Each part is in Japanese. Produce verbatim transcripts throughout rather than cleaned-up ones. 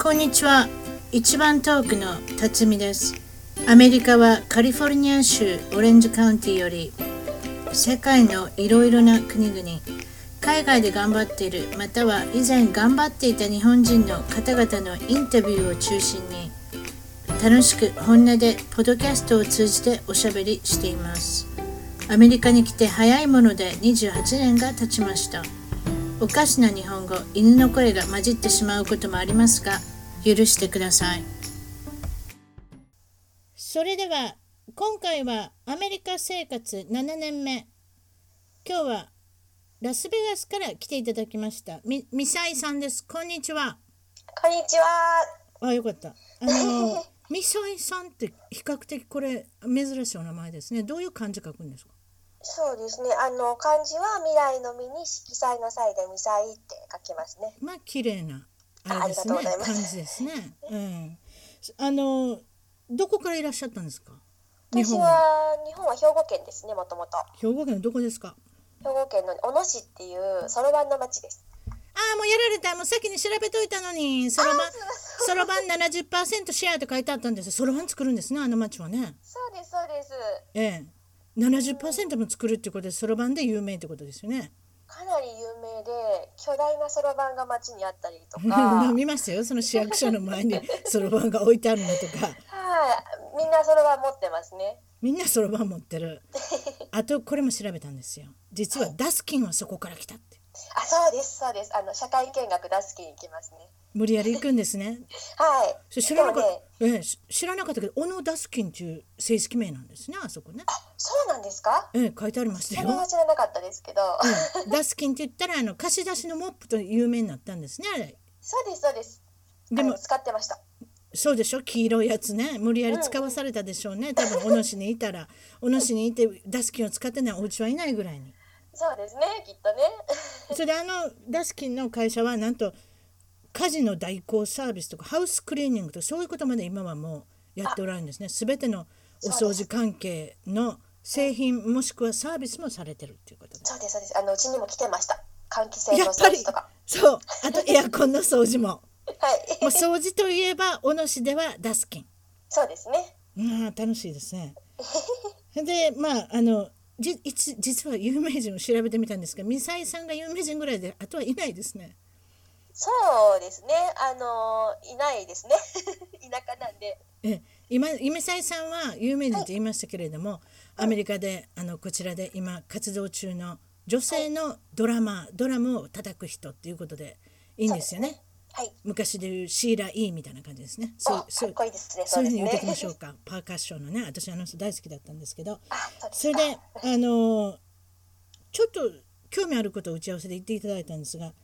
こんにちは。一番遠くの辰巳です。アメリカはカリフォルニア州オレンジカウンティより世界のいろいろな国々、海外で頑張っている、または以前頑張っていた日本人の方々のインタビューを中心に楽しく本音でポッドキャストを通じておしゃべりしています。アメリカに来て早いものでにじゅうはちねんが経ちました。おかしな日本語、犬の声が混じってしまうこともありますが、許してください。それでは今回はアメリカ生活ななねんめ、今日はラスベガスから来ていただきましたみ、ミサイさんです。こんにちは。 こんにちは。 あ、よかった。あのミサイさんって比較的これ珍しいお名前ですね。どういう漢字書くんですか？ そうですね、あの漢字は未来の実に色彩の際でミサイって書きますね。 まあ綺麗なあれですね、 ありがとうございます。 漢字ですね、うん、あのどこからいらっしゃったんですか？日私本は日本は兵庫県ですね。もともと兵庫県のどこですか？ 兵庫県の小野市っていうそろばんの町です。 ああ、もうやられた。もう先に調べといたのに。そろばんそろばん ななじゅっパーセント シェアって書いてあったんです。そろばん作るんですね、あの町はね。 そうですそうです。 ええ、ななじゅっパーセント も作るってことで、そろばんで有名ってことですよね。 かなり有名で、巨大なそろばんが町にあったりとか見ましたよ、その市役所の前にそろばんが置いてあるのとか。 はい、みんなそろばん持ってますね。 みんなそろばん持ってる。あとこれも調べたんですよ。実はダスキンはそこから来たって。 あ、そうですそうです。あの社会見学出す気に行きますね。 無理やり行くんですね。 はい。 知らなかった、 ね、 ええ、知らなかったけど、小野ダスキンという正式名なんですね、あそこね。 あ、そうなんですか？ ええ、書いてありましたよ。 それは知らなかったですけど、 うん、ダスキンって言ったらあの貸し出しのモップと有名になったんですね、あれ。 そうですそうです。でも使ってました。 そうでしょ、黄色いやつね。無理やり使わされたでしょうね、うんうん、多分小野市にいたら小野市にいてダスキンを使ってないお家はいないぐらいに。 そうですね、きっとね。 それであのダスキンの会社はなんと家事の代行サービスとかハウスクリーニングとかそういうことまで今はもうやっておられるんですね。すべてのお掃除関係の製品もしくはサービスもされてるっていうことです。 そうですそうです。あのうちにも来てました。換気扇の掃除とか。 そう、あとエアコンの掃除もはい。 もう掃除といえば小野市ではダスキン。 そうですね。 まあ楽しいですね。でまああのじいつ実は有名人を調べてみたんですが、ミサイさんが有名人ぐらいであとはいないですね。 そうですね。あのいないですね。田舎なんで。 え今ミサイさんは有名人と言いましたけれども、はい、アメリカであのこちらで今活動中の女性のドラマ、はい、ドラムを叩く人っていうことでいいんですよね。 はい、 昔でいうシーラ・イーみたいな感じですね。 そうそう、かっこいいですね。 そういうふうに言っておきましょうか。パーカッションのね、私あの人大好きだったんですけど、 あ、そうですそれであのちょっと興味あることを打ち合わせで言っていただいたんですが、はい、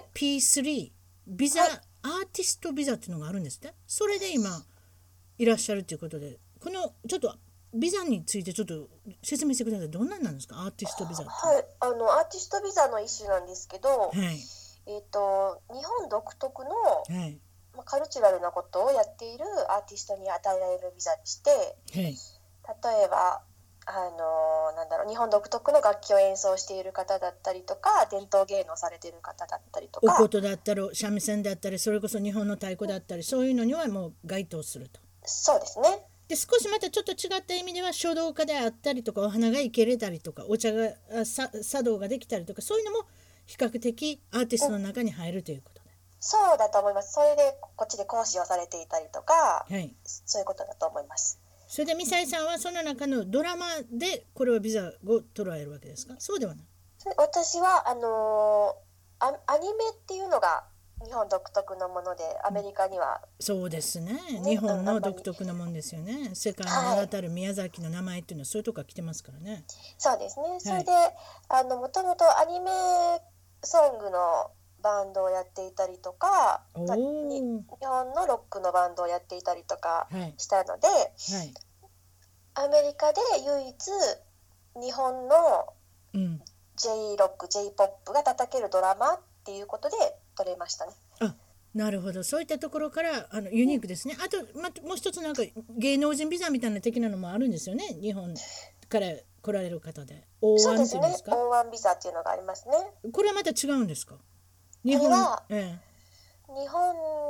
ピースリー ビザ、はい、アーティストビザっていうのがあるんですね。それで今いらっしゃるということで、このちょっとビザについてちょっと説明してください。どんなんなんですか、アーティストビザって。 はい、あのアーティストビザの一種なんですけど、はい、えーと、日本独特の、はい、まあ、カルチュラルなことをやっているアーティストに与えられるビザでして、はい、例えばあのなんだろう、日本独特の楽器を演奏している方だったりとか、伝統芸能されている方だったりとか、 お琴だったり三味線だったり、それこそ日本の太鼓だったり、そういうのにはもう該当すると。 そうですね。 で少しまたちょっと違った意味では書道家であったりとか、お花が生けれたりとか、お茶が茶道ができたりとか、そういうのも比較的アーティストの中に入るということで、うん、 そうだと思います。それでこっちで講師をされていたりとか、はい、そういうことだと思います。 それでミサイさんはその中のドラマでこれはビザを取られるわけですか？そうではない。 私はあのー、アニメっていうのが日本独特のもので、アメリカには、 うん、そうですね、日本の独特のもんですよね。世界に名だたる宮崎の名前っていうのはそういうとこから来てますからね。 そうですね。それで、はい、あのもともとアニメソングのバンドをやっていたりとか、日本のロックのバンドをやっていたりとかしたので、はいはい、アメリカで唯一日本の J ロック、J ポップが叩けるドラマっていうことで取れましたね。 あ、なるほど。そういったところからあのユニークですね。うん、あと、ま、もう一つなんか芸能人ビザみたいな的なのもあるんですよね。日本から来られる方で。オーワン っていうんですか？ オーワンビザっていうのがありますね。 これはまた違うんですか？ 日本は、 ええ、 日本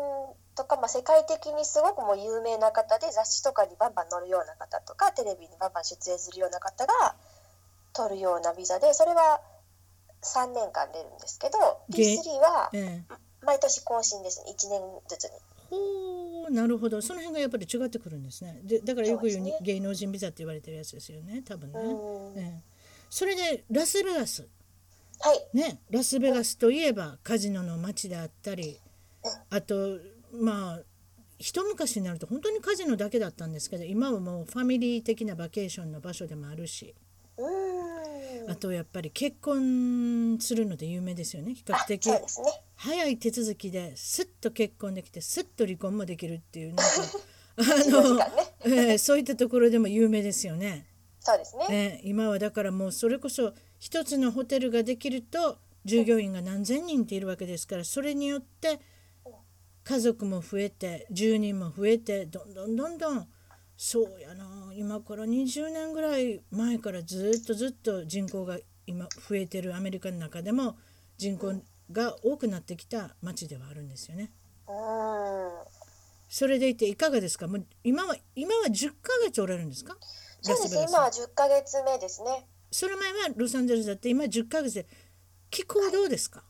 とか、まあ、世界的にすごくもう有名な方で雑誌とかにバンバン載るような方とかテレビにバンバン出演するような方が取るようなビザで、それはさんねんかん出るんですけど ピースリー は毎年更新ですね、いちねんずつに。 ほう、なるほど。その辺がやっぱり違ってくるんですね。でだからよく言うに、ね、芸能人ビザって言われてるやつですよね、多分ね。うん、ええ、それでラスベガス、 はいね、ラスベガスといえばカジノの街であったり、あとまあ一昔になると本当にカジノだけだったんですけど、今はもうファミリー的なバケーションの場所でもあるし、あとやっぱり結婚するので有名ですよね。比較的早い手続きですっと結婚できてすっと離婚もできるっていう、なんかあの、えー、そういったところでも有名ですよね。 そうですね、 えー、今はだからもうそれこそ一つのホテルができると従業員が何千人っているわけですから、それによって家族も増えて住人も増えて、どんどんどんどん、そうやな、今からにじゅうねんぐらい前からずっとずっと人口が今増えてるアメリカの中でも人口が多くなってきた町ではあるんですよね。 うん、 それでいていかがですか。もう今は今はじゅっかげつおられるんですか。 そうですね、今はじゅっかげつめですね。 その前はロサンゼルスだって、今じゅっかげつで。気候どうですか。はい、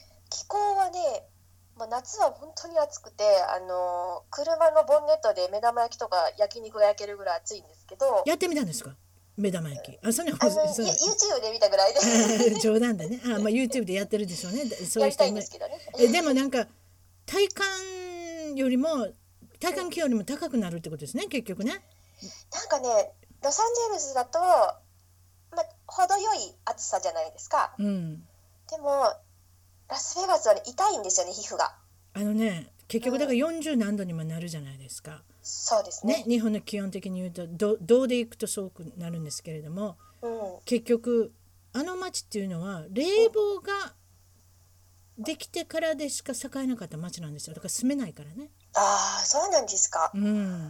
気候はね、もう夏は本当に暑くて、あの車のボンネットで目玉焼きとか焼肉が焼けるぐらい暑いんですけど。 やってみたんですか、目玉焼き。あ、それはあの YouTube で見たぐらいで冗談でね。あ、まあ、YouTube でやってるでしょうね。 そういう人やりたいんですけどね。 えでもなんか体感よりも体感気温よりも高くなるってことですね、結局ね。 なんかね、ロサンゼルスだと、まあ、程よい暑さじゃないですか、うん、でもラスベガスは、ね、痛いんですよね、皮膚が。 あのね、結局だからよんじゅう何度にもなるじゃないですか、うん、 そうですね。 ね、日本の気温的に言うとどどうでいくとそうなるんですけれども、うん、結局あの町っていうのは冷房ができてからでしか栄えなかった町なんですよ。だから住めないからね。 ああ、そうなんですか。うん、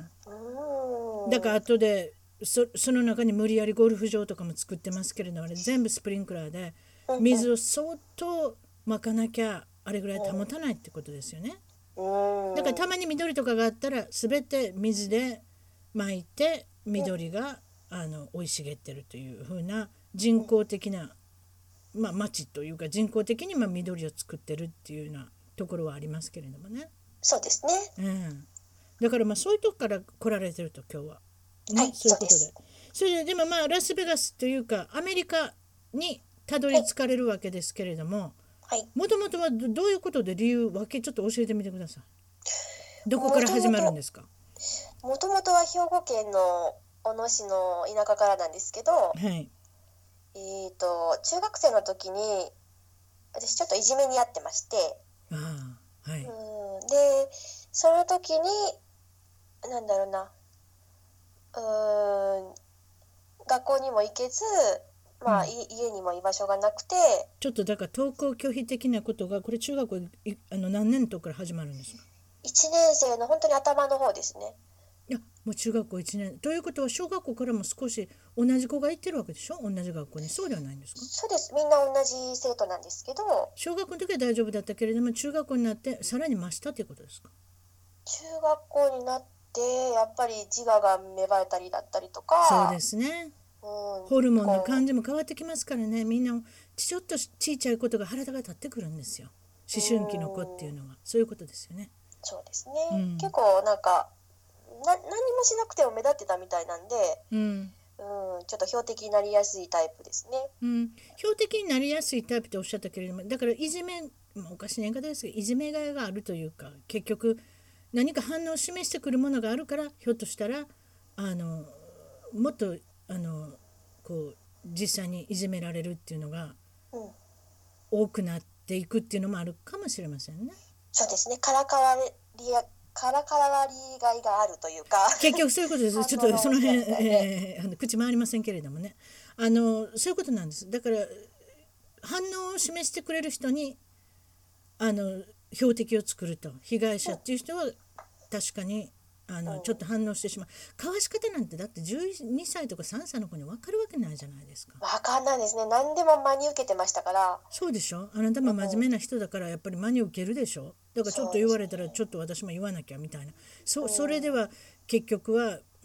うん、だから後で そ, その中に無理やりゴルフ場とかも作ってますけれども、全部スプリンクラーで水を相当まかなきゃあれぐらい保たないってことですよね。だからたまに緑とかがあったら全て水で撒いて緑があの生い茂ってるという風な人工的な、まあ、町というか人工的にまあ緑を作ってるっていうようなところはありますけれどもね。 そうですね、 うん、だからまあそういうとこから来られてると今日は、ね、はい、そういうことで、そ, それででもまあラスベガスというかアメリカにたどり着かれるわけですけれども、もともとは ど, どういうことで理由分けちょっと教えてみてください。どこから始まるんですか。 もともとは兵庫県の小野市の田舎からなんですけど、はい、えーと中学生の時に私ちょっといじめにあってまして、あ、はい、うんでその時になんだろうな、うーん学校にも行けず、まあ、うん、家にも居場所がなくて、 ちょっとだから登校拒否的なことがこれ中学校あの何年のとこから始まるんですか。 いちねん生の本当に頭の方ですね。 いやもう中学校いちねんということは小学校からも少し同じ子が行ってるわけでしょ、同じ学校に。そうではないんですか。 そうです、みんな同じ生徒なんですけど、 小学校の時は大丈夫だったけれども中学校になってさらに増したということですか。 中学校になってやっぱり自我が芽生えたりだったりとか。 そうですね、うん、ホルモンの感じも変わってきますからね。みんなちょっとちいちゃいことが腹が立ってくるんですよ、思春期の子っていうのは。そういうことですよね。 そうですね、うん、結構なんかな何もしなくても目立ってたみたいなんで、うんうん、ちょっと標的になりやすいタイプですね、 うん、標的になりやすいタイプっておっしゃったけれども、だからいじめ、まあ、おかしな言い方ですけどいじめがいがあるというか、結局何か反応を示してくるものがあるから、ひょっとしたらあのもっとあのこう実際にいじめられるっていうのが多くなっていくっていうのもあるかもしれませんね。 そうですね、からかわりやからかわりがいがあるというか結局そういうことです。ちょっとその辺、えー、あの口回りませんけれどもね、あのそういうことなんです。だから反応を示してくれる人にあの標的を作ると、被害者っていう人は確かにあのちょっと反応してしまう。交わし方なんてだってじゅうにさいとかさんさいの子に分かるわけないじゃないですか。 分かんないですね。何でも真に受けてましたから。 そうでしょ。あなたも真面目な人だからやっぱり真に受けるでしょ。だからちょっと言われたらちょっと私も言わなきゃみたいな。 そ, それでは結局は、うん、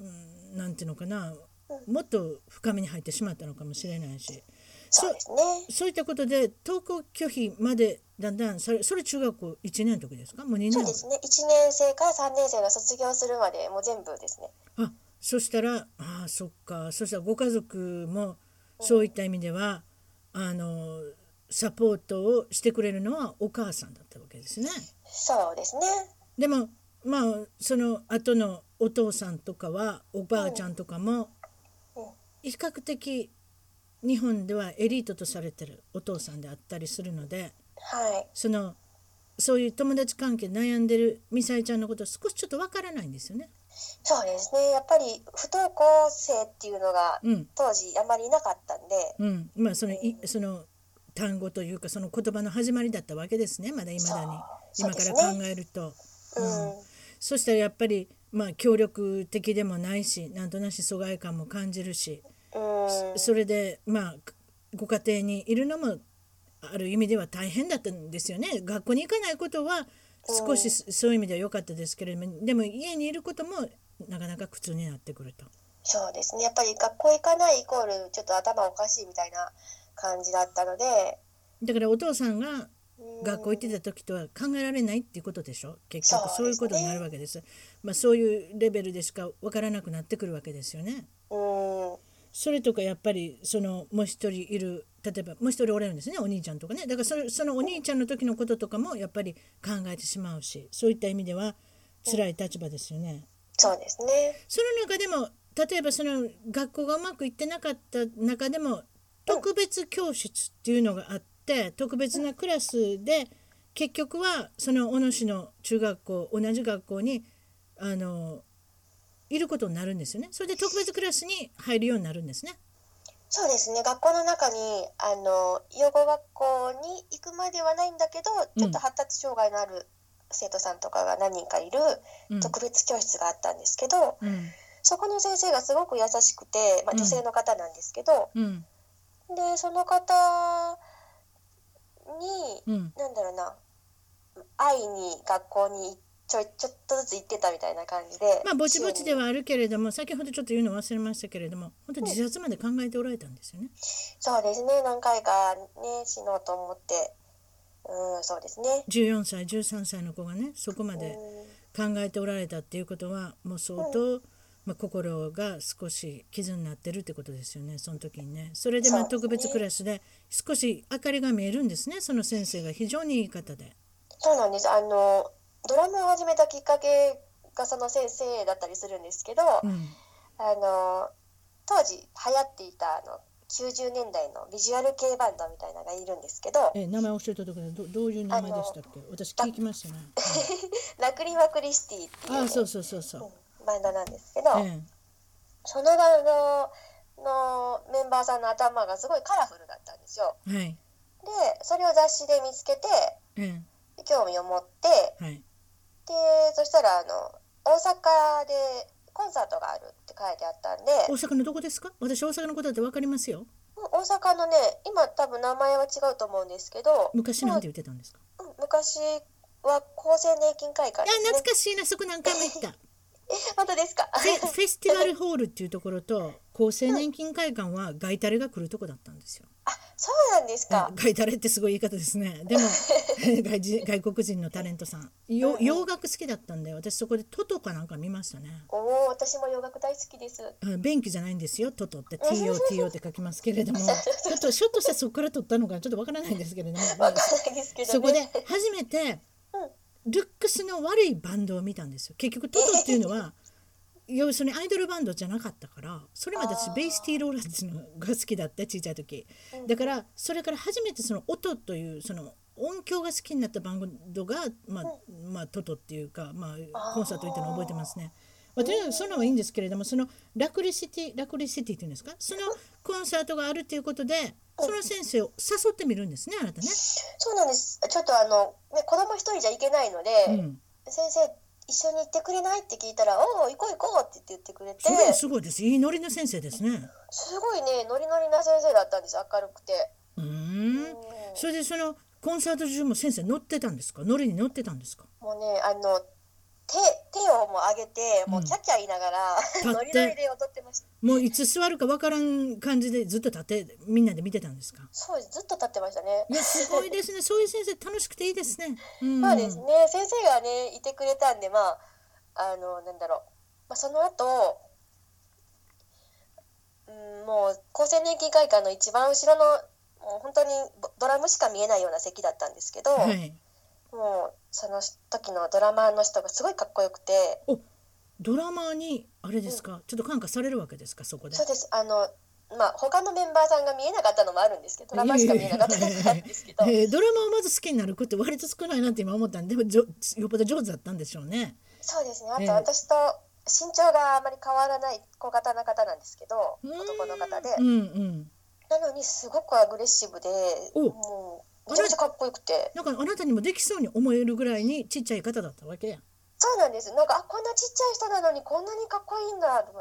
なんていうのかな、もっと深みに入ってしまったのかもしれないし、 そうですね。 そ, そういったことで登校拒否までだんだんそれ、それ中学校いちねんの時ですか？もうにねん。 そうですね。いちねん生からさんねん生が卒業するまでもう全部ですね。 あ、そしたらああそっか。そしたらご家族もそういった意味では、うん、あのサポートをしてくれるのはお母さんだったわけですね。 そうですね。 でもまあその後のお父さんとかはおばあちゃんとかも比較的日本ではエリートとされてるお父さんであったりするので、 はい、 そのそういう友達関係悩んでるミサイちゃんのことは少しちょっとわからないんですよね。 そうですね。やっぱり不登校生っていうのが当時あまりいなかったんで、 うんうん、まあその、うん、その単語というかその言葉の始まりだったわけですね。まだ未だに今から考えると、そ, う、ねうんうん、そしたらやっぱりまあ協力的でもないし、なんとなし疎外感も感じるし、うん、それでまあご家庭にいるのもある意味では大変だったんですよね。学校に行かないことは少しそういう意味では良かったですけれども、でも家にいることもなかなか苦痛になってくると。 そうですね。やっぱり学校行かないイコールちょっと頭おかしいみたいな感じだったので、 だからお父さんが学校行ってた時とは考えられないっていうことでしょ。結局そういうことになるわけです。そうですね。まあ、そういうレベルでしか分からなくなってくるわけですよね。うんそれとかやっぱりそのもう一人いる、例えばもう一人おれるんですね、お兄ちゃんとかね。だから そ, そのお兄ちゃんの時のこととかもやっぱり考えてしまうし、そういった意味では辛い立場ですよね。 そうですね。 その中でも例えばその学校がうまくいってなかった中でも特別教室っていうのがあって、特別なクラスで結局はその小野市の中学校、同じ学校にあのいることになるんですよね。それで特別クラスに入るようになるんですね。 そうですね。学校の中にあの養護学校に行くまではないんだけど、ちょっと発達障害のある生徒さんとかが何人かいる特別教室があったんですけど、うん、そこの先生がすごく優しくて、まあ、女性の方なんですけど、うん、でその方に、うん、なんだろうな、会いに学校に行ってちょ, ちょっとずつ行ってたみたいな感じで、 まあぼちぼちではあるけれども、先ほどちょっと言うの忘れましたけれども、本当自殺まで考えておられたんですよね。 うん、そうですね。何回かね死のうと思って、うん、そうですね。 じゅうよんさいじゅうさんさいの子がねそこまで考えておられたっていうことはもう相当、うんまあ、心が少し傷になってるってことですよね、その時にね。それでまあ特別クラスで少し明かりが見えるんですね、その先生が非常にいい方で。 そうなんです。あのドラムを始めたきっかけがその先生だったりするんですけど、うん、あの当時流行っていたあのきゅうじゅうねんだいのビジュアル系バンドみたいなのがいるんですけど、 え名前教えたところで ど, どういう名前でしたっけ？私聞きましたね。 ラクリマクリスティっていう、ね、 あそうそうそうそう、 うん、バンドなんですけど、ええ、そのバンドのメンバーさんの頭がすごいカラフルだったんですよ。はい、でそれを雑誌で見つけて、ええ、興味を持って、はいでそしたらあの大阪でコンサートがあるって書いてあったんで。 大阪のどこですか？私大阪のことだって分かりますよ。 大阪のね、今多分名前は違うと思うんですけど、 昔なんて言ってたんですか？ うん、昔は厚生年金会館ですね。 いや懐かしいな、そこ何回も行った本当ですか？ フェ、フェスティバルホールっていうところと厚生年金会館はガイタレが来るとこだったんですよ。 あ、そうなんですか。 ガイタレってすごい言い方ですね。でも外, 外国人のタレントさん、よ洋楽好きだったんで、私そこでトトかなんか見ましたね。 おお、私も洋楽大好きです。 便器じゃないんですよ、トトって ティーオーティーオー って書きますけれどもちょっとひょっとしたらそこから取ったのかちょっとわからないんですけれどもそこで初めてルックスの悪いバンドを見たんですよ。結局トトっていうのは要するにアイドルバンドじゃなかったから、それまで私ベイシティローラーっていうのが好きだった、小さい時だから。それから初めてその音というその音響が好きになったバンドが、まあまあ、トトっていうか、まあ、コンサート行ったのを覚えてますね。まあ、とにかくそんなのはいいんですけれども、そのラクリシティラクリシティっていうんですか、そのコンサートがあるということでその先生を誘ってみるんですね、あなたね。 そうなんです。ちょっとあの、ね、子供一人じゃいけないので、うん、先生一緒に行ってくれないって聞いたら、おお行こう行こうって言ってくれて、 それもすごいです。いいノリの先生ですね。 すごいねノリノリな先生だったんです。明るくて。 うーん。それでそのコンサート中も先生乗ってたんですか？ノリに乗ってたんですか？ もうねあの手手をもう上げてもうキャッキャ言いながら、うん、ノリノリで踊ってました。 もういつ座るかわからん感じでずっと立ってみんなで見てたんですか？ そうです、ずっと立ってましたね。 いやすごいですね。そういう先生楽しくていいですね。 うん、そうですね。先生がねいてくれたんで、まああのなんだろう、まあ、その後、うん、もう厚生年金会館の一番後ろのもう本当にドラムしか見えないような席だったんですけど、はい、もうその時のドラマーの人がすごいかっこよくて。 お、ドラマーにあれですか、うん、ちょっと感化されるわけですか？そこで。 そうです。あのまあ他のメンバーさんが見えなかったのもあるんですけど、ドラマしか見えなかったのもあるんですけど、 えー、ドラマをまず好きになる子って割と少ないなって今思ったんで、でもじょよっぽど上手だったんでしょうね。 そうですね。あと私と身長があまり変わらない小型な方なんですけど、男の方で、うんうん、なのにすごくアグレッシブで、もうめちゃめちゃかっこよくて、 なんかあなたにもできそうに思えるぐらいにちっちゃい方だったわけや。 そうなんです。なんかあこんなちっちゃい人なのにこんなにかっこいいんだと思って、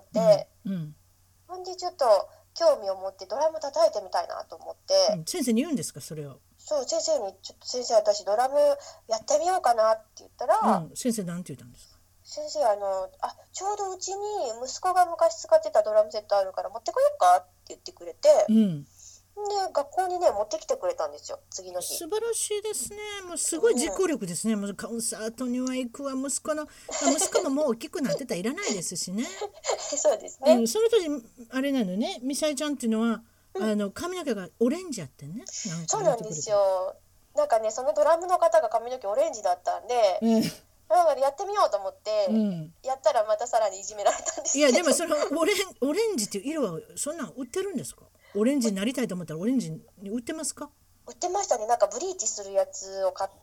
うんうん、ほんでちょっと興味を持ってドラム叩いてみたいなと思って、 うん、先生に言うんですかそれを？ そう、先生にちょっと先生私ドラムやってみようかなって言ったら、 うん、先生なんて言ったんですか？ 先生あのあちょうどうちに息子が昔使ってたドラムセットあるから持ってこようかって言ってくれて、うん、で学校にね持ってきてくれたんですよ次の日。 素晴らしいですね。もうすごい実行力ですね、うん、もうコンサートには行くわ。息子の息子ももう大きくなってたらいらないですしねそうですね、 うん、その当時あれなのね、ミサイちゃんっていうのは、うん、あの髪の毛がオレンジやってね。なんかそうなんですよ。なんかねそのドラムの方が髪の毛オレンジだったんで、うんなのでやってみようと思って、うん、やったらまたさらにいじめられたんですけど。 いやでもそのオレン、オレンジっていう色はそんなん売ってるんですか？オレンジになりたいと思ったらオレンジに売ってますか？ 売ってましたね。なんかブリーチするやつを買って、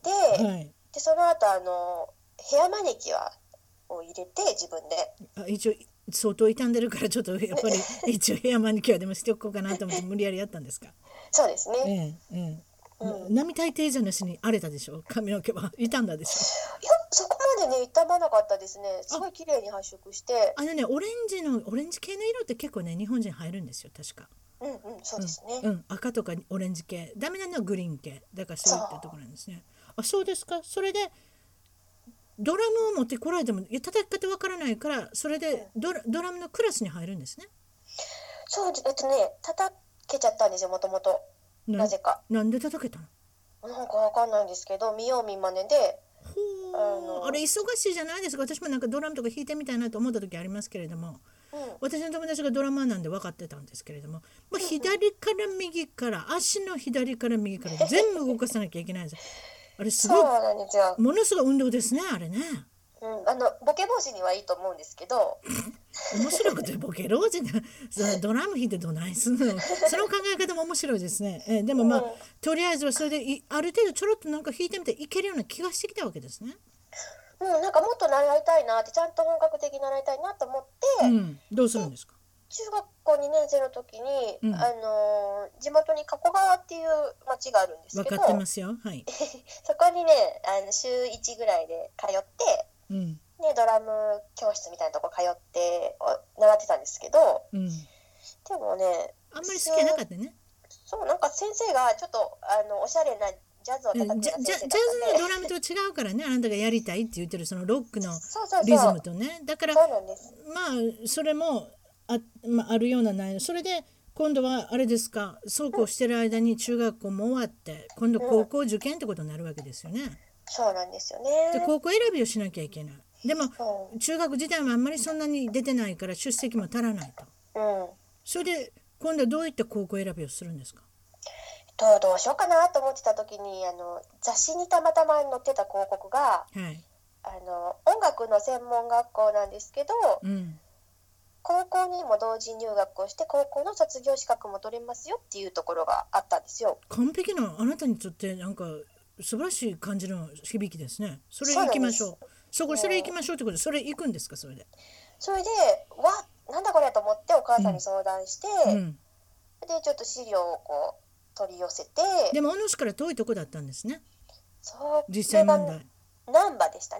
はい、でその後あのヘアマネキュアを入れて自分であ一応相当傷んでるからちょっとやっぱり一応ヘアマニキュアでもしておこうかなと思って無理やりやったんですか？ そうですね、 ええええうん、並大抵じゃなしに荒れたでしょ？髪の毛は傷んだでしょ？ いやそこまでね傷まなかったですね。すごい綺麗に発色して、 あのねオレンジのオレンジ系の色って結構ね日本人入るんですよ確か。 うんうんそうですね、 うんうん、赤とかオレンジ系ダメなのはグリーン系だからそういったところなんですね。あそうですか。それでドラムを持ってこられてもいや叩き方わからないからそれでドラ、うん、ドラムのクラスに入るんですね。 そうえっとね叩けちゃったんですよもともと。なぜか。 なんで叩けたの？ なんかわかんないんですけど見よう見まねで。 ほあ, あれ忙しいじゃないですか。私もなんかドラムとか弾いてみたいなと思った時ありますけれども、うん、私の友達がドラマーなんで分かってたんですけれども、まあ、左から右から足の左から右から全部動かさなきゃいけないんですよ。あれすごいそうなんですよ。 ものすごい運動ですねあれね。 うん、あのボケ防止にはいいと思うんですけど面白くてボケ老人がそのドラム弾いてどないすんのその考え方も面白いですね。えでもまあ、うん、とりあえずはそれでいある程度ちょろっとなんか弾いてみていけるような気がしてきたわけですね。 うん、なんかもっと習いたいなってちゃんと本格的に習いたいなと思って、 うん、どうするんですか？ 中学校にねん生の時に、うん、あのー、地元に加古川っていう町があるんですけど分かってますよ、はい、 そこにねあの週いちぐらいで通って、うんね、ドラム教室みたいなとこ通って習ってたんですけど、うん、でもねあんまり好きじゃなかったね。 そうなんか先生がちょっとあのおしゃれなジャズを叩くような先生だったんで、ジャズのドラムと違うからねあなたがやりたいって言ってるそのロックのリズムとね。だからそうなんです。 まあそれも あ,、まあ、あるようなないの。それで今度はあれですか、そうこうしてる間に中学校も終わって今度高校受験ってことになるわけですよね、うん、 そうなんですよね。 で高校選びをしなきゃいけない。でも、うん、中学時代もあんまりそんなに出てないから出席も足らないと、うん、それで今度はどういった高校選びをするんですか？ どう、どうしようかなと思ってた時にあの雑誌にたまたま載ってた広告が、はい、あの音楽の専門学校なんですけど、うん、高校にも同時入学をして高校の卒業資格も取れますよっていうところがあったんですよ。 完璧なあなたにとってなんか素晴らしい感じの響きですね。それ行きましょう。そこそれ行きましょうってことでそれ行くんですか？それでそれでわなんだこれと思ってお母さんに相談して、うんうん、でちょっと資料をこう取り寄せて。 でも小野市から遠いとこだったんですね。 そう実際問題難波でしたね。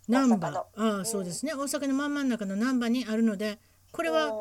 難波、ああそうですね、うん、大阪の真ん真ん中の難波にあるので、これは、うん、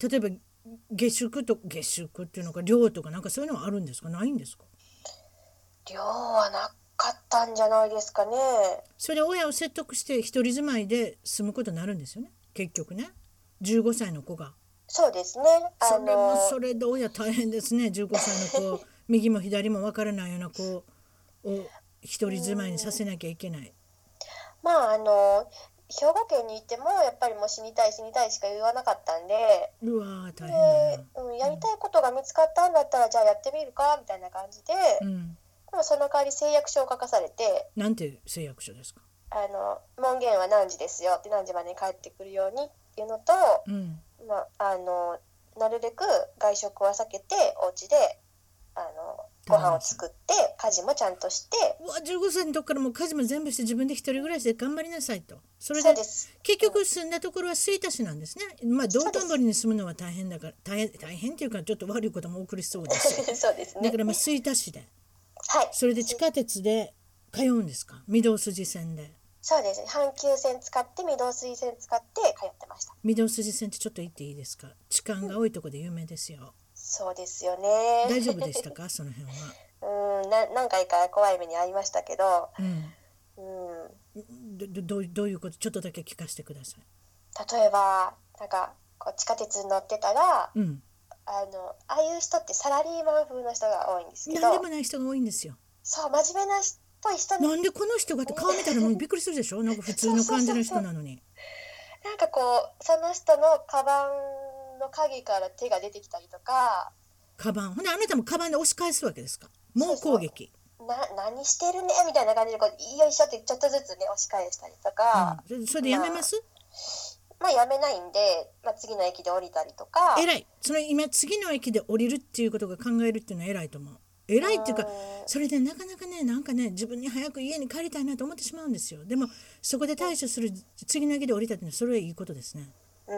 例えば下宿と下宿っていうのか寮とかなんかそういうのはあるんですか、ないんですか？ 寮はなかったんじゃないですかね。 それで親を説得して一人住まいで住むことになるんですよね、結局ね、じゅうごさいの子が。 そうですね、 あのー、それもそれで親大変ですね。じゅうごさいの子右も左もわからないような子を一人住まいにさせなきゃいけない。 まああの兵庫県に行ってもやっぱりもう死にたい死にたいしか言わなかったんで、 うわ大変だな、うん、やりたいことが見つかったんだったら、うん、じゃあやってみるかみたいな感じで、うん、でもその代わり誓約書を書かされて。 なんて誓約書ですか？ あの門限は何時ですよって、何時までに帰ってくるようにっていうのと、うん、まあ、あのなるべく外食は避けてお家であのご飯を作って家事もちゃんとして。 うわじゅうごさいのとこからもう家事も全部して自分で一人暮らしで頑張りなさいと。それで結局住んだところは吹田市なんですね。まあ道頓堀に住むのは大変だから大変大変っていうかちょっと悪いことも起こりそうですしそうですね、 だからまあ吹田市で、 はい、 それで地下鉄で通うんですか？御堂筋線で。 そうですね、阪急線使って御堂筋線使って通ってました。 御堂筋線ってちょっと言っていいですか？痴漢が多いところで有名ですよ、うん、 そうですよね。 大丈夫でしたかその辺は？ うん、な何回か怖い目に遭いましたけど、うんうん、ど, ど, どういうことちょっとだけ聞かせてください。 例えばなんかこう地下鉄に乗ってたら、うん、あのああいう人ってサラリーマン風の人が多いんですけど、 何でもない人が多いんですよ。 そう、真面目な人なんでこの人がって顔見たらもうびっくりするでしょなんか普通の感じの人なのになんかこうその人のカバンの鍵から手が出てきたりとか。 カバンほんであなたもカバンで押し返すわけですか？猛攻撃。 そうそうな何してるねみたいな感じでこうよいしょってちょっとずつね押し返したりとか、 うん、それでやめます？ まあ、まあ、やめないんで、まあ、次の駅で降りたりとか。 偉い。それ今次の駅で降りるっていうことが考えるっていうのは偉いと思う。偉いっていうか、それでなかなかねなんかね自分に早く家に帰りたいなと思ってしまうんですよ。でもそこで対処する次の駅で降りたっていうのはそれはいいことですね。うん、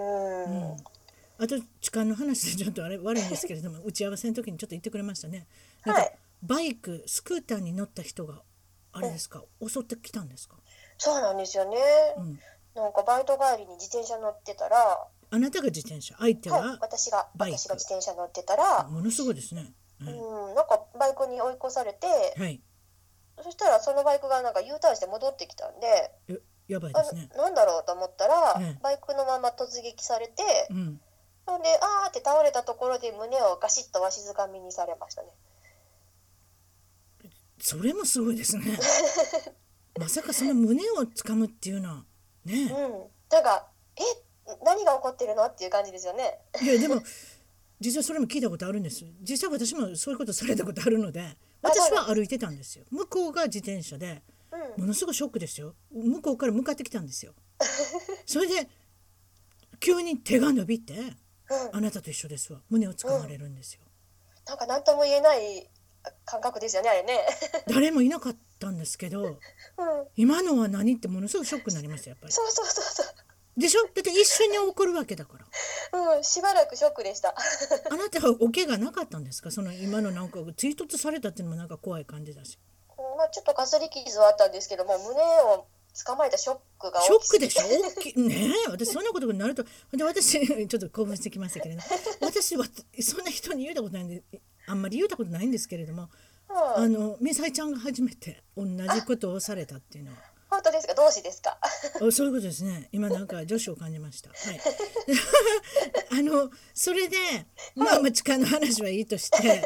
うん、あと痴漢の話でちょっとあれ悪いんですけれども打ち合わせの時にちょっと言ってくれましたね。なんか、はい、バイクスクーターに乗った人があれですか、うん、襲ってきたんですか？ そうなんですよね、うん、なんかバイト帰りに自転車乗ってたら。 あなたが自転車、相手はバイク、 はい、私が私が自転車乗ってたらものすごいですね。 うん、なんかバイクに追い越されて、はい、そしたらそのバイクがなんか U ターンして戻ってきたんで、 えやばいですね。 なんだろうと思ったら、ええ、バイクのまま突撃されて、うん、そんであーって倒れたところで胸をガシッとわしづかみにされましたね。 それもすごいですねまさかその胸を掴むっていうのはね、 うん、なんかえ何が起こってるのっていう感じですよね。 いやでも実はそれも聞いたことあるんです。実際私もそういうことされたことあるので、私は歩いてたんですよ。向こうが自転車で、うん、ものすごいショックですよ。向こうから向かってきたんですよそれで急に手が伸びて、うん、あなたと一緒ですわ、胸を掴まれるんですよ、うん、 なんか何とも言えない感覚ですよねあれね誰もいなかったんですけど、うん、今のは何ってものすごいショックになりましたやっぱり。 そうそうそうそうでしょ。だって一瞬に起こるわけだからうん、しばらくショックでしたあなたはお怪我なかったんですか？その今のなんか追突されたっていうのもなんか怖い感じだし、 うん、まあ、ちょっとかすり傷はあったんですけども、胸を掴まれたショックが大きショックでしょ大きねえ私そんなことになるとで私ちょっと興奮してきましたけれど私はそんな人に言うたことないんであんまり言うたことないんですけれども、うん、あの美咲ちゃんが初めて同じことをされたっていうのは本当ですか？同志ですか？ そういうことですね。今なんか女子を感じました。はい。あのそれで、まあ、まあ痴漢の話はいいとして、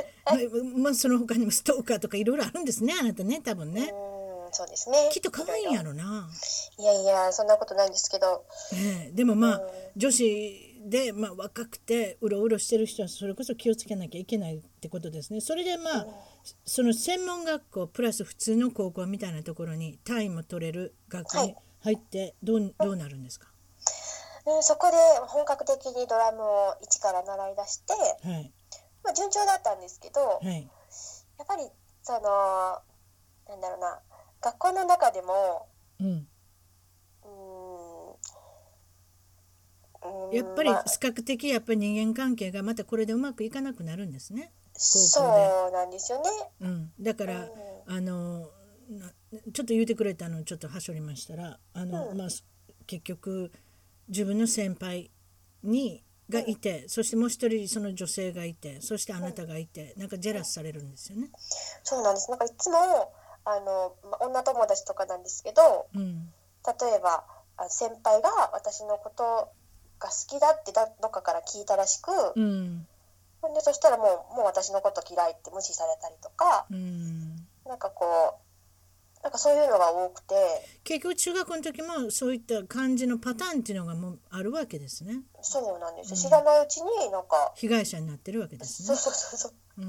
まあその他にもストーカーとかいろいろあるんですね。あなたね多分ね。 うん、そうですね。 きっと可愛いんやろな。 いやいやそんなことないんですけど。 えー、でもまあ女子で、まあ、若くてうろうろしてる人はそれこそ気をつけなきゃいけないってことですね。それでまあ、うん、その専門学校プラス普通の高校みたいなところに単位も取れる学校に入ってどう、はい、どうなるんですか？ うん、そこで本格的にドラムを一から習い出して、はい、まあ、順調だったんですけど、はい、やっぱりそのなんだろうな学校の中でも、うん、 やっぱり比較的やっぱり人間関係がまたこれでうまくいかなくなるんですね。 そうなんですよね、 うん、だから、うん、あのちょっと言うてくれたのをちょっとはしょりましたら、あの、うん、まあ、結局自分の先輩にがいて、うん、そしてもう一人その女性がいて、そしてあなたがいて、うん、なんかジェラスされるんですよね。 そうなんです。なんかいつもあの、ま、女友達とかなんですけど、うん、例えば先輩が私のことが好きだってだどっかから聞いたらしく、うん、でそしたらもう、もう私のこと嫌いって無視されたりとか、うん、なんかこうなんかそういうのが多くて、 結局中学の時もそういった感じのパターンっていうのがもうあるわけですね。 そうなんです、うん、知らないうちになんか被害者になってるわけですね。 そうそうそうそう、 うん、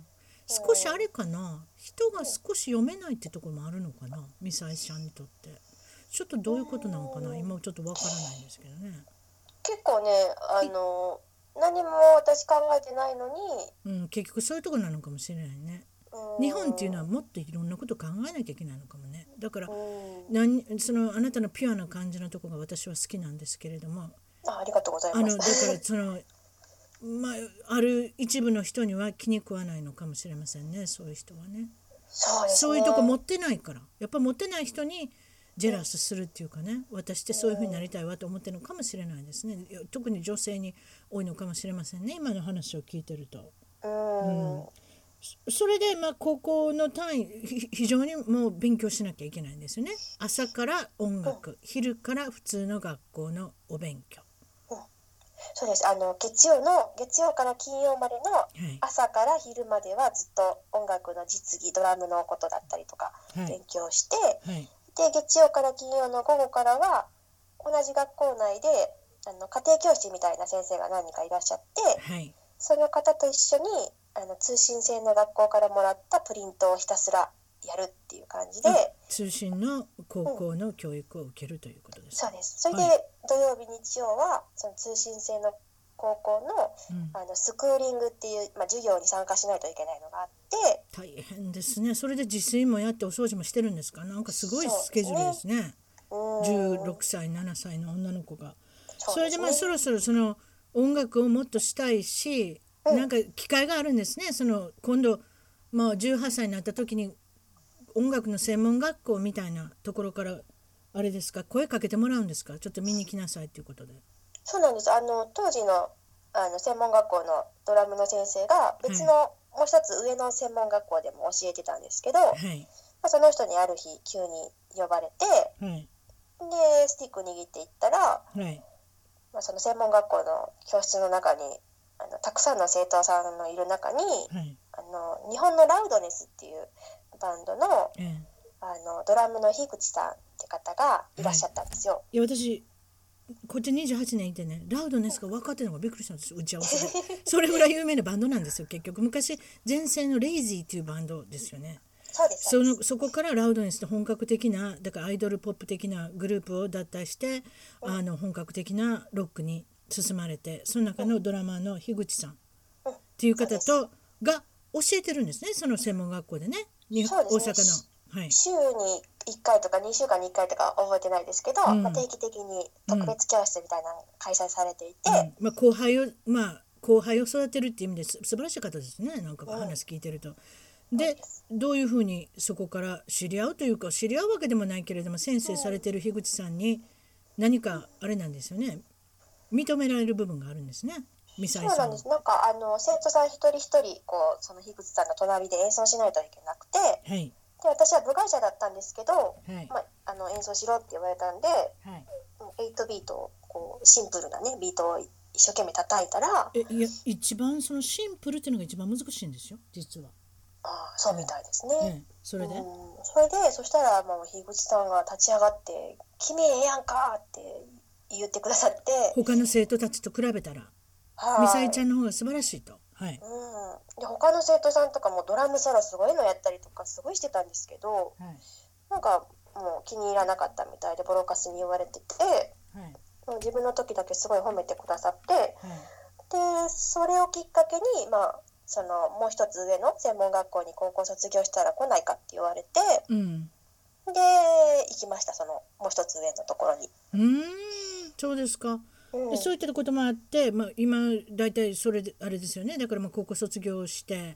少しあれかな、人が少し読めないってところもあるのかな、ミサイちゃんにとってちょっとどういうことなのかな、今ちょっとわからないんですけどね。 結構ね、あの何も私考えてないのに、 うん、結局そういうところなのかもしれないね。日本っていうのはもっといろんなこと考えなきゃいけないのかもね。だから何そのあなたのピュアな感じのところが私は好きなんですけれども、 あ, ありがとうございます。 あのだからそのまあ、ある一部の人には気に食わないのかもしれませんね、そういう人はね。 そうですね、 そういうとこ持ってないから、やっぱ持ってない人にジェラスするっていうかね、私ってそういう風になりたいわと思ってるのかもしれないですね。特に女性に多いのかもしれませんね、今の話を聞いてると。うん、うん、それでまあ高校の単位非常にもう勉強しなきゃいけないんですよね。朝から音楽、うん、昼から普通の学校のお勉強。 うん、そうです。あの月曜の月曜から金曜までの朝から昼まではずっと音楽の実技、ドラムのことだったりとか勉強して、はいはい、で月曜から金曜の午後からは同じ学校内であの家庭教師みたいな先生が何人かいらっしゃって、はい、その方と一緒にあの通信制の学校からもらったプリントをひたすらやるっていう感じで、 通信の高校の教育を受けるということですか。 うん、そうです。それで、はい、土曜日日曜はその通信制の高校の、うん、あのスクーリングっていう、まあ、授業に参加しないといけないのがあって、 大変ですね。それで自炊もやってお掃除もしてるんですか。なんかすごいスケジュールですね。ですね、じゅうろくさいななさいの女の子が そ, それでまあそろそろその音楽をもっとしたいし、うん、なんか機会があるんですね。その今度、まあ、じゅうはっさいになった時に音楽の専門学校みたいなところからあれですか、声かけてもらうんですか。ちょっと見に来なさいということで。 そうなんです。あの当時のあの専門学校のドラムの先生が別の、はい、もう一つ上の専門学校でも教えてたんですけど、はい、まあ、その人にある日急に呼ばれて、はい、でスティック握っていったら、はい、まあ、その専門学校の教室の中にあのたくさんの生徒さんのいる中に、はい、あの日本のラウドネスっていうバンドの、うん、あのドラムの樋口さんって方がいらっしゃったんですよ。 はい、いや私こっちにじゅうはちねんいてね、ラウドネスが分かってるのがびっくりしたんですよ、打ち合わせで。それぐらい有名なバンドなんですよ。結局昔前世のレイジーっていうバンドですよね。 そうです。 そのそこからラウドネスって本格的な、だからアイドルポップ的なグループを脱退して、うん、あの本格的なロックに進まれて、その中のドラマーの樋口さんっていう方とが教えてるんですね、その専門学校でね、にそうですね、 大阪の、はい、 週にいっかいとかにしゅうかんにいっかいとか覚えてないですけど、うん、まあ、定期的に特別教室みたいなのが開催されていて、うん、 まあ、後輩をまあ後輩を育てるっていう意味です素晴らしい方ですね、なんか話聞いてると。うん、でどういうふうにそこから知り合うというか、知り合うわけでもないけれども、先生されてる樋口さんに何かあれなんですよね、認められる部分があるんですね、ミサイさん。 そうなんです。なんかあの生徒さん一人一人こうその樋口さんの隣で演奏しないといけなくて、はい、で私は部外者だったんですけど、はい、まあ、あの演奏しろって言われたんで、はい、エイトビートをこうシンプルなねビートを一生懸命叩いたら、 えいや一番そのシンプルっていうのが一番難しいんですよ、実は。 ああ、そうみたいですね。 はい、それで、うん、 それでそしたらもう樋口さんが立ち上がって「君ええやんか」って言ってくださって、 他の生徒たちと比べたら、はい、ミサイちゃんの方が素晴らしいと。はい、 うん、で他の生徒さんとかもドラムソロすごいのやったりとかすごいしてたんですけど、はい、なんかもう気に入らなかったみたいでボロカスに言われてて、はい、もう自分の時だけすごい褒めてくださって、はい、でそれをきっかけに、まあ、そのもう一つ上の専門学校に高校卒業したら来ないかって言われて、うん、で行きました、そのもう一つ上のところに。 うーん、そうですか。でそういったこともあって、まあ、今大体それであれですよね、だからまあ高校卒業して、うん、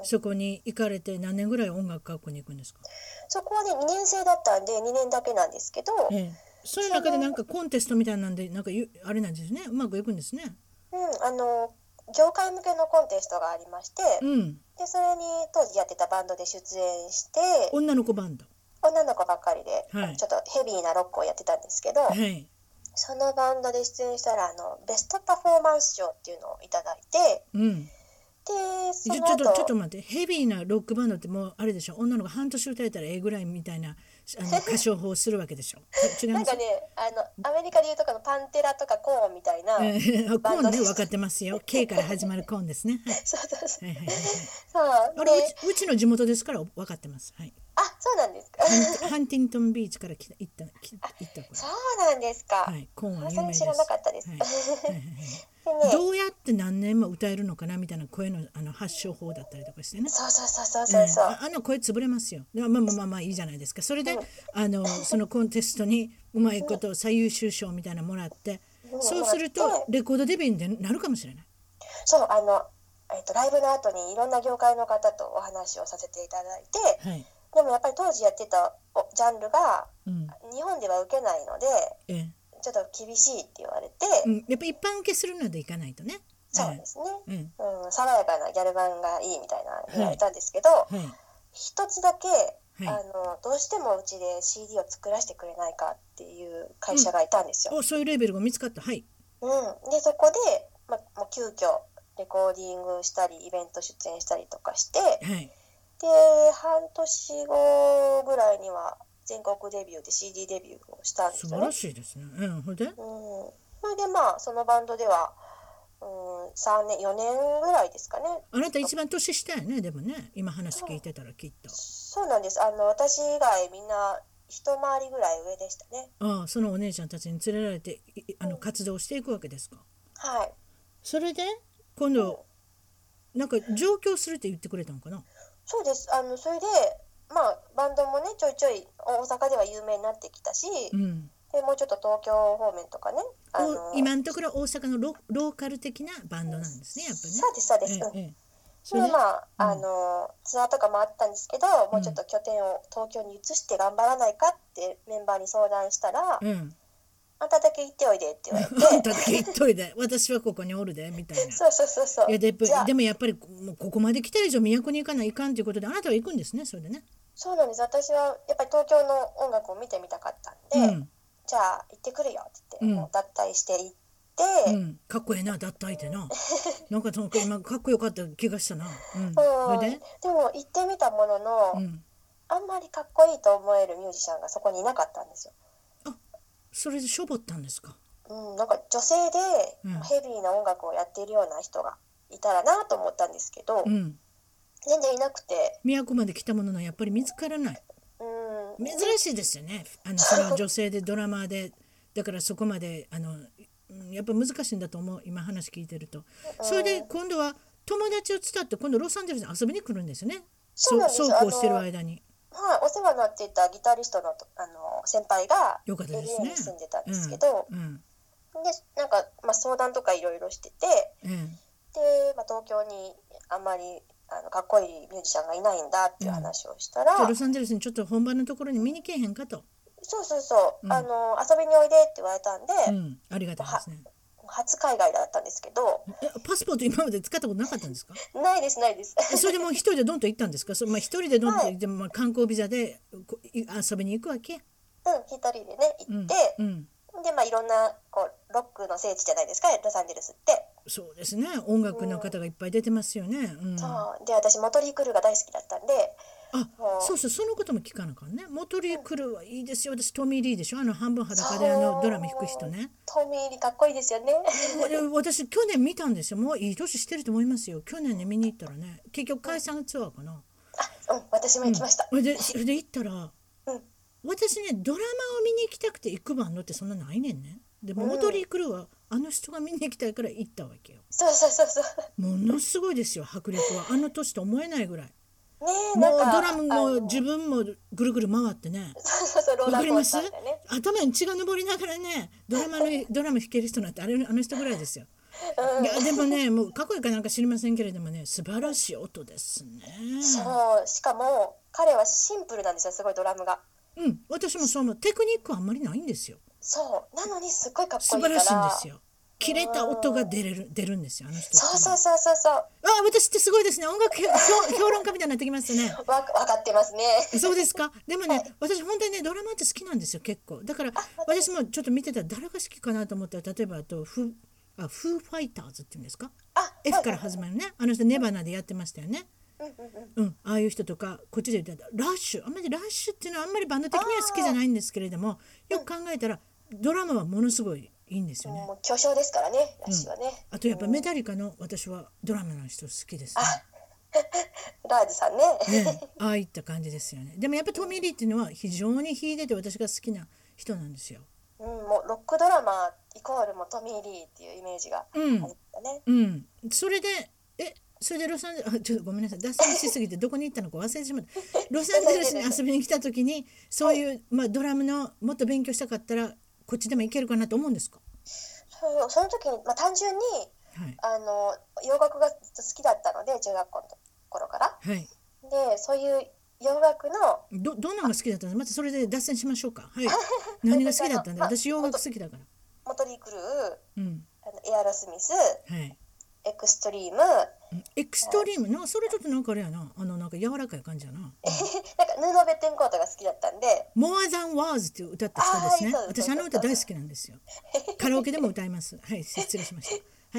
そこに行かれて何年ぐらい音楽学校に行くんですか？ そこはねにねん生だったんでにねんだけなんですけど、 ええ、その中でなんかコンテストみたいなんでなんかあれなんですね、うまくいくんですね。 うん、あの業界向けのコンテストがありまして、うん、でそれに当時やってたバンドで出演して、 女の子バンド、 女の子ばっかりで、はい、ちょっとヘビーなロックをやってたんですけど、はい、そのバンドで出演したらあのベストパフォーマンス賞っていうのをいただいて、うん、でその後ちょっとちょっと待って、ヘビーなロックバンドってもうあれでしょ、女の子半年歌えたらええぐらいみたいなあの歌唱法をするわけでしょ。違います？ なんかね、あのアメリカでいうとかのパンテラとかコーンみたいなバンドです。コーンね、分かってますよ。K から始まるコーンですね。はい、そうそうそう。はいはいはいはい。そうあれうち、うちの地元ですから分かってます。はい。 あ、そうなんですか。 ハンティントンビーチから来た行った行った子。 そうなんですか。 はい、コーンは有名です。 それ知らなかったです。はいはいはいはい、どうやって何年も歌えるのかなみたいな声のあの発声法だったりとかしてね。 そうそうそうそうそうそう、 えー、あ, あの声潰れますよ。まあまあまあまあいいじゃないですか。それで、うん、あのそのコンテストにうまいこと最優秀賞みたいなのもらって、うん、そうするとレコードデビューになるかもしれない。 そうあの、えーと、ライブの後にいろんな業界の方とお話をさせていただいて、はい、でもやっぱり当時やってたジャンルが、うん、日本では受けないので、ええ、ちょっと厳しいって言われて、 うん、やっぱ一般受けするのでいかないとね。 そうですね、うんうん、爽やかなギャル版がいいみたいな言われたんですけど、はいはい、一つだけ、はい、あのどうしてもうちで シーディー を作らせてくれないかっていう会社がいたんですよ、 うん、おそういうレーベルが見つかった。はい、 うん、でそこで、ま、もう急遽レコーディングしたりイベント出演したりとかして、はい、で半年後ぐらいには全国デビューで シーディー デビューをしたんですよね。 素晴らしいですね。うん、ほんで、うん、 それでまあそのバンドでは、うん、さんねんよねんぐらいですかね。 あなた一番年下やね。でもね、今話聞いてたらきっと、うん、 そうなんです。あの私以外みんな一回りぐらい上でしたね。 ああ、そのお姉ちゃんたちに連れられてあの活動していくわけですか。 うん、はい。 それで今度、うん、なんか上京するって言ってくれたのかな。 そうです。あのそれでまあバンドもねちょいちょい大阪では有名になってきたし、うん、でもうちょっと東京方面とかね、 あの今のところ大阪の ロ, ローカル的なバンドなんですね、やっぱりね。 そうですそうです、ええええ、それでまあ、うん、あのツアーとかもあったんですけど、もうちょっと拠点を東京に移して頑張らないかってメンバーに相談したら、うん、あんただけ行っておいでって言われてあんただけ行っておいで私はここにおるでみたいなそうそうそうそう。 いや で, でもやっぱりもうここまで来た以上都に行かないかんということであなたは行くんですね。それでね。 そうなんです。私はやっぱり東京の音楽を見てみたかったんで、うん、じゃあ行ってくるよって言って、うん、もう脱退して行って、 うん、かっこええな脱退ってななんか今かっこよかった気がしたな、うんうん、 それででも行ってみたものの、うん、あんまりかっこいいと思えるミュージシャンがそこにいなかったんですよ。 あ、それでしょぼったんですか。 うん、なんか女性でヘビーな音楽をやっているような人がいたらなと思ったんですけど、うん、全然いなくて、 都まで来たもののやっぱり見つからない、うん、珍しいですよね。あのその女性でドラマーでだからそこまであのやっぱ難しいんだと思う、今話聞いてると。それで今度は友達を伝って今度ロサンゼルスに遊びに来るんですよね。 そうなんです。 そうこうしてる間に、 はい、お世話になっていたギタリストの、あの先輩がエルエーに住んでたんですけど、うんうん、でなんか、まあ、相談とかいろいろしてて、うん、で、まあ、東京にあんまりあのかっこいいミュージシャンがいないんだっていう話をしたら、 うん、じゃあロサンゼルスにちょっと本場のところに見に来えへんかと。 そうそうそう、うん、あの遊びにおいでって言われたんで、 うん、ありがたいですね。 初海外だったんですけど、 パスポート今まで使ったことなかったんですか。 ないですないですそれでもう一人でどんと行ったんですか。そ、まあ、一人でどんと行って、はい、まあ、観光ビザで遊びに行くわけ。 うん、一人でね行って、うんうん、でまあいろんなこうロックの聖地じゃないですかロサンゼルスって。 そうですね、音楽の方がいっぱい出てますよね、うん、 そうで私モトリー・クルーが大好きだったんで、 あ、そうそう、そのことも聞かなかんね。モトリー・クルーはいいですよ。私トミー・リーでしょ、あの半分裸であのドラム弾く人ね。 トミー・リーかっこいいですよね私去年見たんですよ。もういい年してると思いますよ。去年ね見に行ったらね、結局解散ツアーかな、 あ、うん、私も行きました、 うん、でそれで行ったら、うん、私ねドラマを見に行きたくて行くバンドってそんなないねんね。でもモトリー・クルーはあの人が見に行きたいから行ったわけよ。 そうそうそうそう、 ものすごいですよ、迫力は。あの年と思えないぐらい、 ね、 もうドラムも自分もぐるぐる回ってね、わかります？頭に血が上りながらねドラマのドラム弾ける人なんてあれあの人ぐらいですよ。 いやでもね、もうかっこいいかなんか知りませんけれどもね、素晴らしい音ですね。 そう、しかも彼はシンプルなんですよ、すごいドラムが。 うん、私もそう思う。テクニックはあんまりないんですよ。 そうなのにすごいかっこ素いいから。 晴らしいんですよ。切れた音が出れる出るんですよ、あの人って。 そうそうそうそうそう。あ、 私ってすごいですね。音楽評論家みたいになってきますね。 わ分かってますね。 そうですか。でもね、 はい、 私本当にねドラマって好きなんですよ、結構。だから私もちょっと見てたら誰が好きかなと思ったら、例えばあとフあフーファイターズっていうんですか。F から始まるね。あの人ネバナでやってましたよね。うん、ああいう人とか、こっちで言ったらラッシュ、あんまりラッシュっていうのはあんまりバンド的には好きじゃないんですけれども、よく考えたらドラマはものすごいいいんですよね。 もう巨匠ですからね、ラッシュはね。 うん、あとやっぱメタリカの私はドラマの人好きですね。 ラーズさんね。 ね、ああいった感じですよね。でもやっぱトミー・リーっていうのは非常に秀でて私が好きな人なんですよ。 うん、もうロックドラマイコールもトミー・リーっていうイメージがあったね。 うん、うん、それでえそれでロサンゼルス、あ、ちょっとごめんなさい、脱線しすぎてどこに行ったのか忘れてしまった。ロサンゼルスに遊びに来た時にそういう、はい、まあ、ドラムのもっと勉強したかったらこっちでも行けるかなと思うんですか。 そう、その時に、まあ、単純に、はい、あの洋楽が好きだったので中学校の頃から、はい、でそういう洋楽のどどんなのが好きだったの。まずそれで脱線しましょうか。はい、何が好きだったんで。私洋楽好きだから。 モトリー・クルー、うん、あのエアロスミス、はい、エクストリーム、 エクストリームな、それちょっとなんかあれやな、あのなんか柔らかい感じやな。なんかヌーノ・ベッテンコートが好きだったんで、 モアザンワーズって歌った人ですね。私あの歌大好きなんですよ。カラオケでも歌います。はい、失礼しました。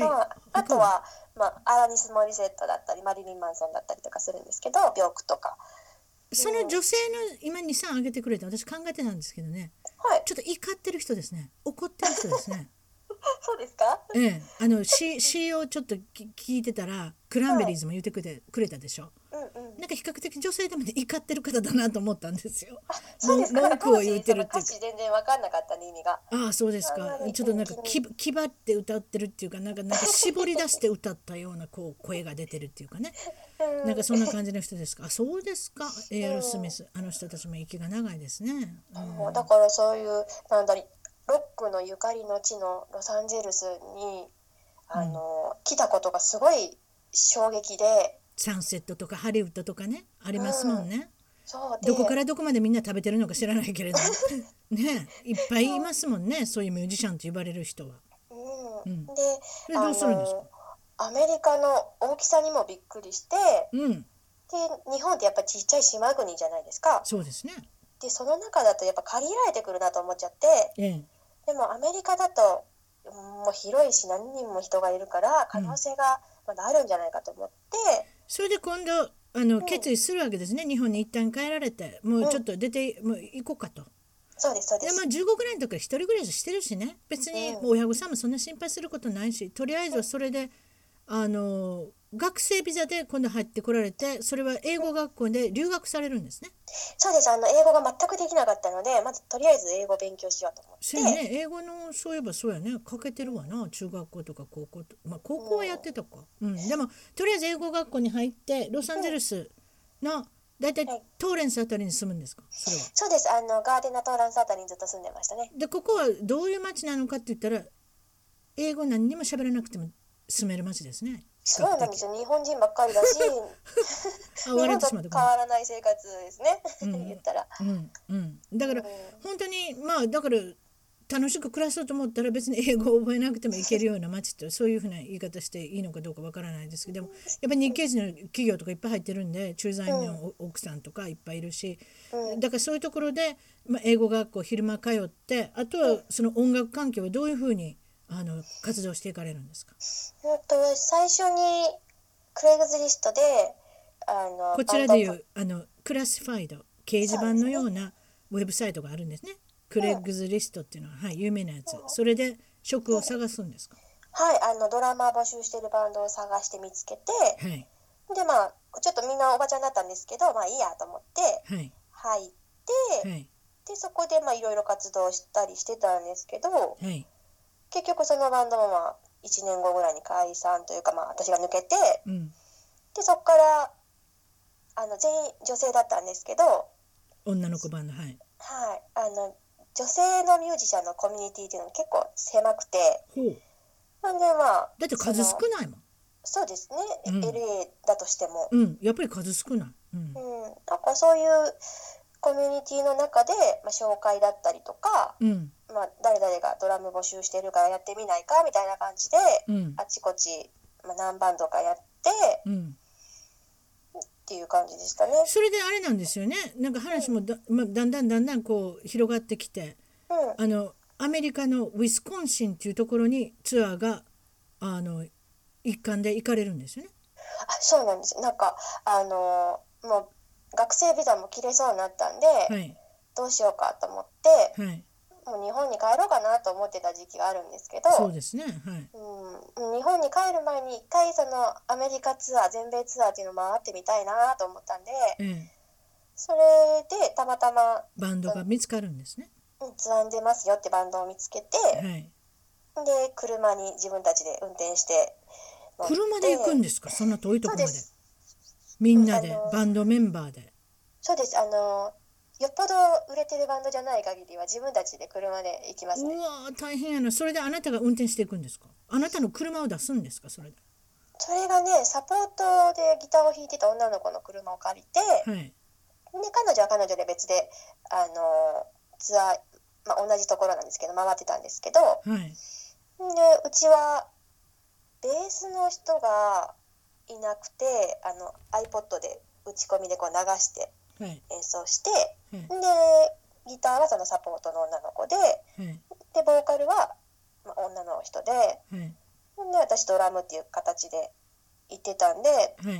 はい、 あとは、まあ、アラニス・モリセットだったりマリリン・マンソンだったりとかするんですけど、ビョークとか。 その女性の今にさん挙げてくれて私考えてたんですけどね、はい、ちょっと怒ってる人ですね。怒ってる人ですね。 そうですか。 ええ、あの詩、詩をちょっと聞いてたらクランベリーズも言ってくれ、はい、くれたでしょ。うんうん、なんか比較的女性でも、ね、怒ってる方だなと思ったんですよ。 あ、そうですか。 文句を言ってるっていうか。 歌詞全然分かんなかったね、意味が。 ああ、そうですか。ちょっとなんかき気張って歌ってるっていうか、なんかなんか絞り出して歌ったようなこう声が出てるっていうかね。うん、なんかそんな感じの人ですか。あ、そうですか。エアロスミス、あの人たちも息が長いですね。 うん、だからそういうなんだり。ロックのゆかりの地のロサンゼルスにあの、うん、来たことがすごい衝撃で、 サンセットとかハリウッドとかねありますもんね、うん、 そうでどこからどこまでみんな食べてるのか知らないけれどね、いっぱいいますもんね、そういうミュージシャンと呼ばれる人は、うんうん、でどうするんですか。アメリカの大きさにもびっくりして、うん、で日本ってやっぱちっちゃい島国じゃないですか。 そうですね。 でその中だとやっぱ限られてくるなと思っちゃって、ええ、でもアメリカだともう広いし何人も人がいるから可能性がまだあるんじゃないかと思って、うん、 それで今度あの、うん、決意するわけですね。日本に一旦帰られてもうちょっと出て、うん、もう行こうかと。 そうですそうです。 で、まあ、じゅうごぐらいの時から一人暮らししてるしね、別に親御さんもそんな心配することないし、とりあえずはそれで、うん、あの学生ビザで今度入ってこられて、それは英語学校で留学されるんですね。 そうです。あの英語が全くできなかったので、まずとりあえず英語勉強しようと思って。 そうね、英語のそういえばそうやね、かけてるわな、中学校とか高校と、まあ高校はやってたか、うん、うん、でもとりあえず英語学校に入ってロサンゼルスのだいたいトーレンスあたりに住むんですか。それはそうです。あのガーデナ・トーレンスあたりにずっと住んでましたね。 でここはどういう町なのかって言ったら、英語何にも喋らなくても住める町ですね。 そうなんですよ。日本人ばっかりだし日本と変わらない生活ですね、うん、言ったら、うんうん、だから、うん、 本当にまあだから楽しく暮らそうと思ったら別に英語を覚えなくてもいけるような街ってそういうふうな言い方していいのかどうかわからないですけども、やっぱり日系人の企業とかいっぱい入ってるんで、駐在の奥さんとかいっぱいいるし、うん、だからそういうところで、まあ、英語学校昼間通って、あとはその音楽環境はどういうふうにあの活動していかれるんですか。 えっと最初にクレイグズリストであのこちらでいうあのクラシファイド掲示板のようなウェブサイトがあるんですね。クレイグズリストっていうのは、はい、有名なやつ、うん、それで職を探すんですか。 はい、あのドラマー募集してるバンドを探して見つけて、はい、でまあちょっとみんなおばちゃんだったんですけど、まあいいやと思って、はい、入って、はい、でそこでまあいろいろ活動したりしてたんですけど、はい、結局そのバンドもまあいちねんごぐらいに解散というか、まあ私が抜けて、うん、でそこからあの全員女性だったんですけど、 女の子バンド、はい、 はい、あの女性のミュージシャンのコミュニティっていうのが結構狭くて、 なんでまあだって数少ないもん。 そうですね、 うん、 エルエー だとしても、 うん、やっぱり数少ない、うん、 うん、なんかそういうコミュニティの中で、まあ、紹介だったりとか、 うん、 まあ、誰々がドラム募集してるからやってみないかみたいな感じで、うん、あちこち、まあ、何バンドかやって、うん、っていう感じでしたね。 それであれなんですよね、なんか話も だ,、うんまあ、だんだんだんだんこう広がってきて、うん、あのアメリカのウィスコンシンっていうところにツアーがあの一環で行かれるんですよね。 あ、そうなんです。なんかあのもう学生ビザも切れそうになったんで、はい、どうしようかと思って、はい、もう日本に帰ろうかなと思ってた時期があるんですけど、 そうですね、はい、 うん、日本に帰る前に一回そのアメリカツアー、全米ツアーっていうのを回ってみたいなと思ったんで、ええ、それでたまたまバンドが見つかるんですね。 ツアーに出ますよってバンドを見つけて、はい、で車に自分たちで運転して車で行くんですか、そんな遠いところまで。みんなで、バンドメンバーで。 そうです。あのよっぽど売れてるバンドじゃない限りは自分たちで車で行きますね。 うわ大変やな。それであなたが運転していくんですか。あなたの車を出すんですか。それでそれがね、サポートでギターを弾いてた女の子の車を借りて、はい、で彼女は彼女で別であのツアー、まあ、同じところなんですけど回ってたんですけど、はい、でうちはベースの人がいなくて、あの iPod で打ち込みでこう流して演奏して、はい、でギターはそのサポートの女の子で、はい、でボーカルは、まあ、女の人で、はい、で私ドラムっていう形で行ってたんで、はい、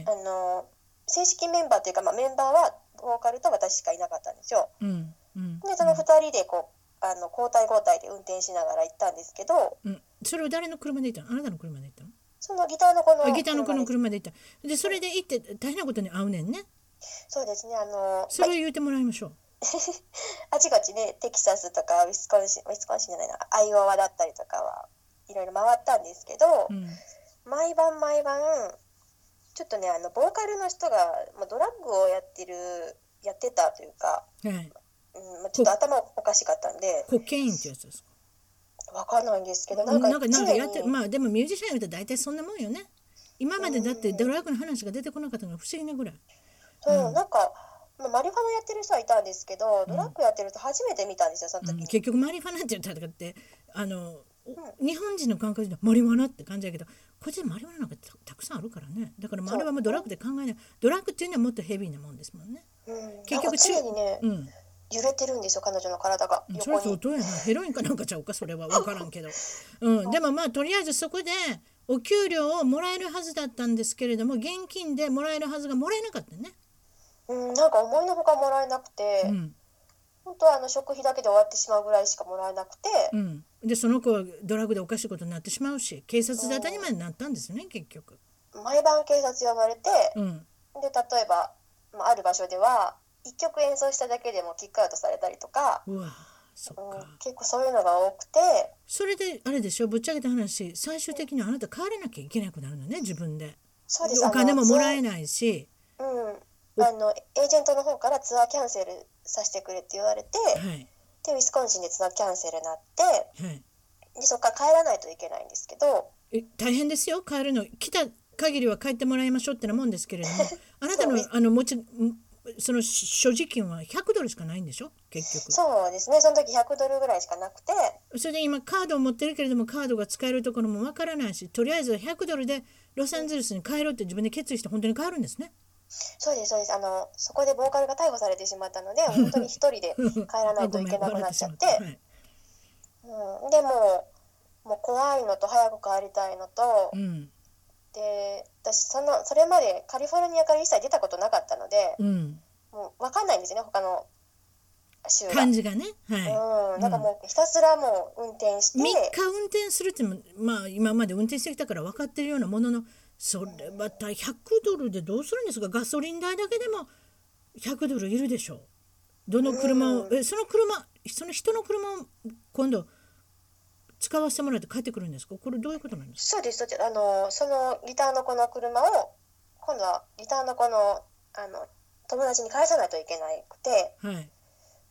あの正式メンバーというか、まあ、メンバーはボーカルと私しかいなかったんですよ、うんうん、でそのふたりでこうあの交代交代で運転しながら行ったんですけど、 うん、それを誰の車で行ったの。あなたの車で行ったの。 そのギターの子のギターの子の車で行った。でそれで行って大変なことに会うねんね。 そうですね、あのそれを言うてもらいましょう。 あちこちね、テキサスとかウィスコンシンウィスコンシンじゃないなアイオワだったりとかはいろいろ回ったんですけど、うん、毎晩毎晩ちょっとね、あのボーカルの人がもうドラッグをやってるやってたというか、はい、うん、ちょっと頭おかしかったんで。 コケインってやつですか。 わかんないんですけど、なんかなんかなんかやってまあでもミュージシャン言うと大体そんなもんよね。今までだってドラッグの話が出てこなかったのが不思議なぐらい。 そう、うん、なんかマリファナやってる人はいたんですけど、ドラッグやってる人初めて見たんですよ、その時に、 うん、結局マリファナって言ったらってあの、うん、日本人の感覚でマリファナって感じだけど、こっちでマリファナなんか た, たくさんあるからね。だからマリファナもドラッグで考えない。ドラッグっていうのはもっとヘビーなもんですもんね、 うん、結局常にね、うん、揺れてるんですよ、彼女の体が横に。 それは相当やな。ヘロインかなんかちゃうか、それは分からんけど、うん、でもまあとりあえずそこでお給料をもらえるはずだったんですけれども、現金でもらえるはずがもらえなかったね。 うん、なんか思いのほかもらえなくて、うん、本当はあの食費だけで終わってしまうぐらいしかもらえなくて、 うん、でその子はドラッグでおかしいことになってしまうし、警察沙汰にまでなったんですよね、うん、結局。 毎晩警察呼ばれて、うん、で例えば、まあ、ある場所ではいっきょく演奏しただけでもキックアウトされたりとか、うわそっか、うん、結構そういうのが多くて、 それであれでしょ、ぶっちゃけた話、最終的にはあなた帰れなきゃいけなくなるのね、自分で。そうです。お金ももらえないし、 うん、あのエージェントの方からツアーキャンセルさせてくれって言われて、はい、でウィスコンシンでツアーキャンセルになって、はい、でそこから帰らないといけないんですけど、 え大変ですよ、帰るの。来た限りは帰ってもらいましょうってなもんですけれどもあなたのあの持ちその所持金はひゃくドルしかないんでしょ、結局。 そうですね、その時ひゃくドルぐらいしかなくて、 それで今カードを持ってるけれどもカードが使えるところもわからないし、とりあえずひゃくドルでロサンゼルスに帰ろうって自分で決意して本当に帰るんですね。 そうですそうです。あのそこでボーカルが逮捕されてしまったので本当に一人で帰らないといけなくなっちゃって、はい、うん、でももう怖いのと早く帰りたいのと、うん、で私そのそれまでカリフォルニアから一切出たことなかったので、うん、もう分かんないんですよね、他の州が感じがね、はい、うん、だからもうひたすらもう運転して、 みっか運転するっても、まあ、今まで運転してきたから分かってるようなものの、それまたひゃくドルでどうするんですか。ガソリン代だけでもひゃくドルいるでしょ。どの車を、うん、えその車その人の車を今度使わせてもらって帰ってくるんですか。これどういうことなんですか。 そうですそうです。あのそのギターの子の車を今度はギターの子のあの友達に返さないといけなくて、はい、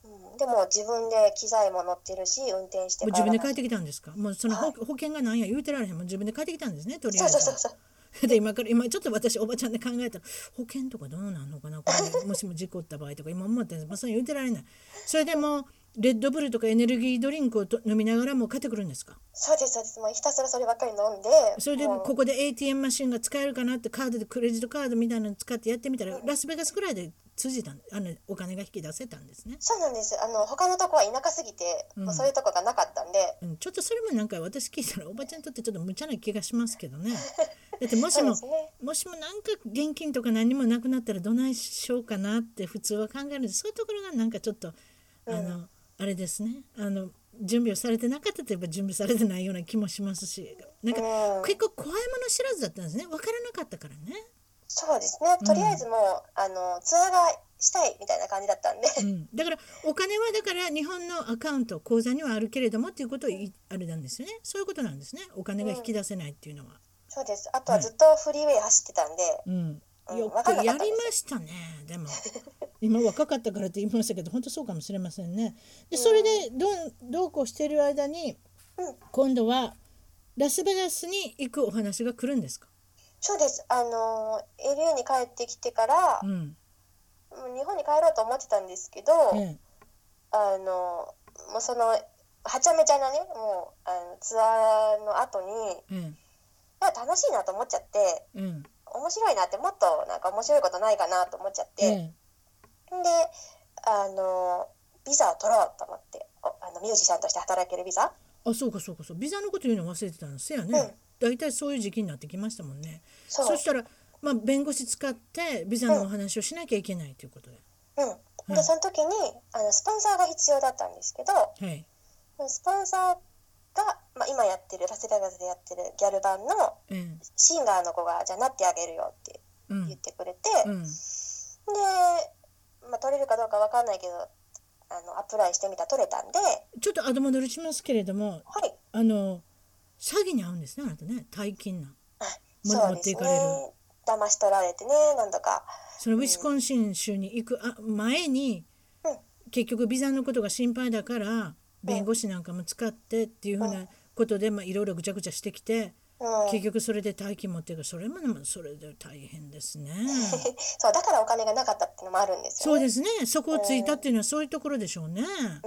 うん、でも自分で機材も乗ってるし運転してもう自分で帰ってきたんですか？もうその保、はい、保険がなんや言うてられへん、もう自分で帰ってきたんですね、とりあえず。 そうそうそうそうで今から今ちょっと私おばちゃんで考えたら保険とかどうなんのかな、これもしも事故った場合とか今思ってまあそう言うてられない。それでもレッドブルとかエネルギードリンクをと飲みながらも帰ってくるんですか？ そうですそうです。もうひたすらそればっかり飲んで、 それでここで エーティーエム マシンが使えるかなってカードでクレジットカードみたいなの使ってやってみたら、うん、ラスベガスぐらいで通じたんあのお金が引き出せたんですね。 そうなんです。あの他のとこは田舎すぎて、うん、もうそういうとこがなかったんで、 うん、ちょっとそれもなんか私聞いたらおばちゃんにとってちょっと無茶な気がしますけどね。だってもしも、ね、もしもなんか現金とか何もなくなったらどないしようかなって普通は考えるんです。そういうところがなんかちょっとあの、うん、あれですね、あの準備をされてなかったといえば準備されてないような気もしますし、なんか結構怖いもの知らずだったんですね。分からなかったからね。 そうですね、とりあえずもう、うん、あのツアーがしたいみたいな感じだったんで、 うん、だからお金はだから日本のアカウント口座にはあるけれどもっていうことをあれなんですよね。そういうことなんですね、お金が引き出せないっていうのは、うん、 そうです。あとはずっとフリーウェイ走ってたんで、 うんうん、よくやりましたね。でも今若かったからって言いましたけど本当そうかもしれませんね。でそれでどう、どうこうしている間に、うん、今度はラスベガスに行くお話が来るんですか？ そうです。あの エルエー に帰ってきてから、うん、日本に帰ろうと思ってたんですけど、うん、あのもうそのはちゃめちゃなねもうあのツアーの後に、うん、楽しいなと思っちゃって、うん、面白いなって、もっとなんか面白いことないかなと思っちゃって、うん、であのビザを取ろうと思って、あのミュージシャンとして働けるビザ。 あ、そうかそうかそう、ビザのこと言うの忘れてたんですよね、うん、だいたいそういう時期になってきましたもんね。 そ, そしたら、まあ、弁護士使ってビザのお話をしなきゃいけないということで、 うんうん、で、はい、その時にあのスポンサーが必要だったんですけど、はい、スポンサーが、まあ、今やってるラスベガスでやってるギャルバンのシンガーの子がじゃあなってあげるよって言ってくれて、うんうん、で、まあ、取れるかどうか分かんないけどあのアプライしてみたら取れたんで。 ちょっと後戻りしますけれども、はい、あの詐欺に遭うんですね、あなたね。大金なもの持っていかれる、騙し取られてね、なんだかそのウィスコンシン州に行くあ前に、うん、結局ビザのことが心配だから弁護士なんかも使ってっていうふうなことで、まあ、いろいろぐちゃぐちゃしてきて、うん、結局それで大金持っていく。それもそれで大変ですね。 そうだからお金がなかったっていうのもあるんですよね。 そうですね、そこをついたっていうのはそういうところでしょうね、うん、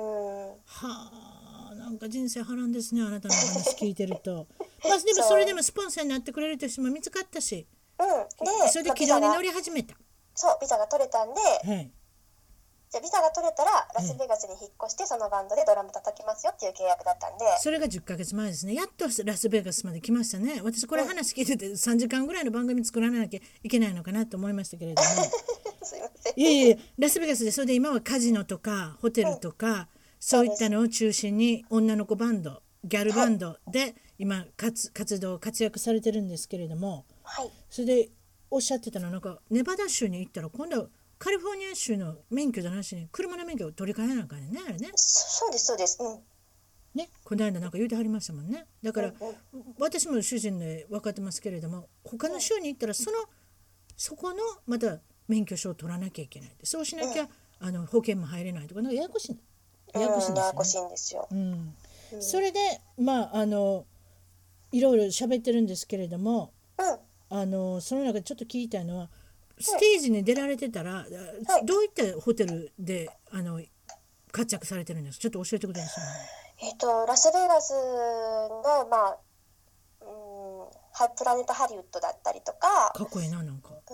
はあ、なんか人生波乱ですね、あなたの話聞いてるとまあでもそれでもスポンサーになってくれる人も見つかったし、うん、でそれで軌道に乗り始めた。 そうビザが取れたんで、はい、じゃあビザが取れたらラスベガスに引っ越してそのバンドでドラム叩きますよっていう契約だったんで、 それがじゅっかげつまえですね。やっとラスベガスまで来ましたね。私これ話聞いててさんじかんぐらいの番組作らなきゃいけないのかなと思いましたけれどもすいません。 いやいやラスベガスでそれで今はカジノとかホテルとか、うん、そういったのを中心に女の子バンドギャルバンドで今活活動活躍されてるんですけれども、はい、それでおっしゃってたのはなんかネバダ州に行ったら今度はカリフォルニア州の免許じゃなしに車の免許を取り替えなあかんねんね、あれね。 そうですそうです、うん、 ね、この間なんか言うてはりましたもんね。だから、うんうん、私も主人で分かってますけれども他の州に行ったらそのそこのまた免許証を取らなきゃいけない。そうしなきゃ、うん、あの保険も入れないとかなんかややこしいややこしいんですよね、うん、ややこしいんですよ、 うんうん、それでまああのいろいろ喋ってるんですけれども、うん、あのその中でちょっと聞いたのはステージに出られてたら、はい、どういったホテルであの活躍されてるんですか？ちょっと教えてください。 えっとラスベガスのまあ、うん、プラネットハリウッドだったりとか、 かっこいいななんか、 うん、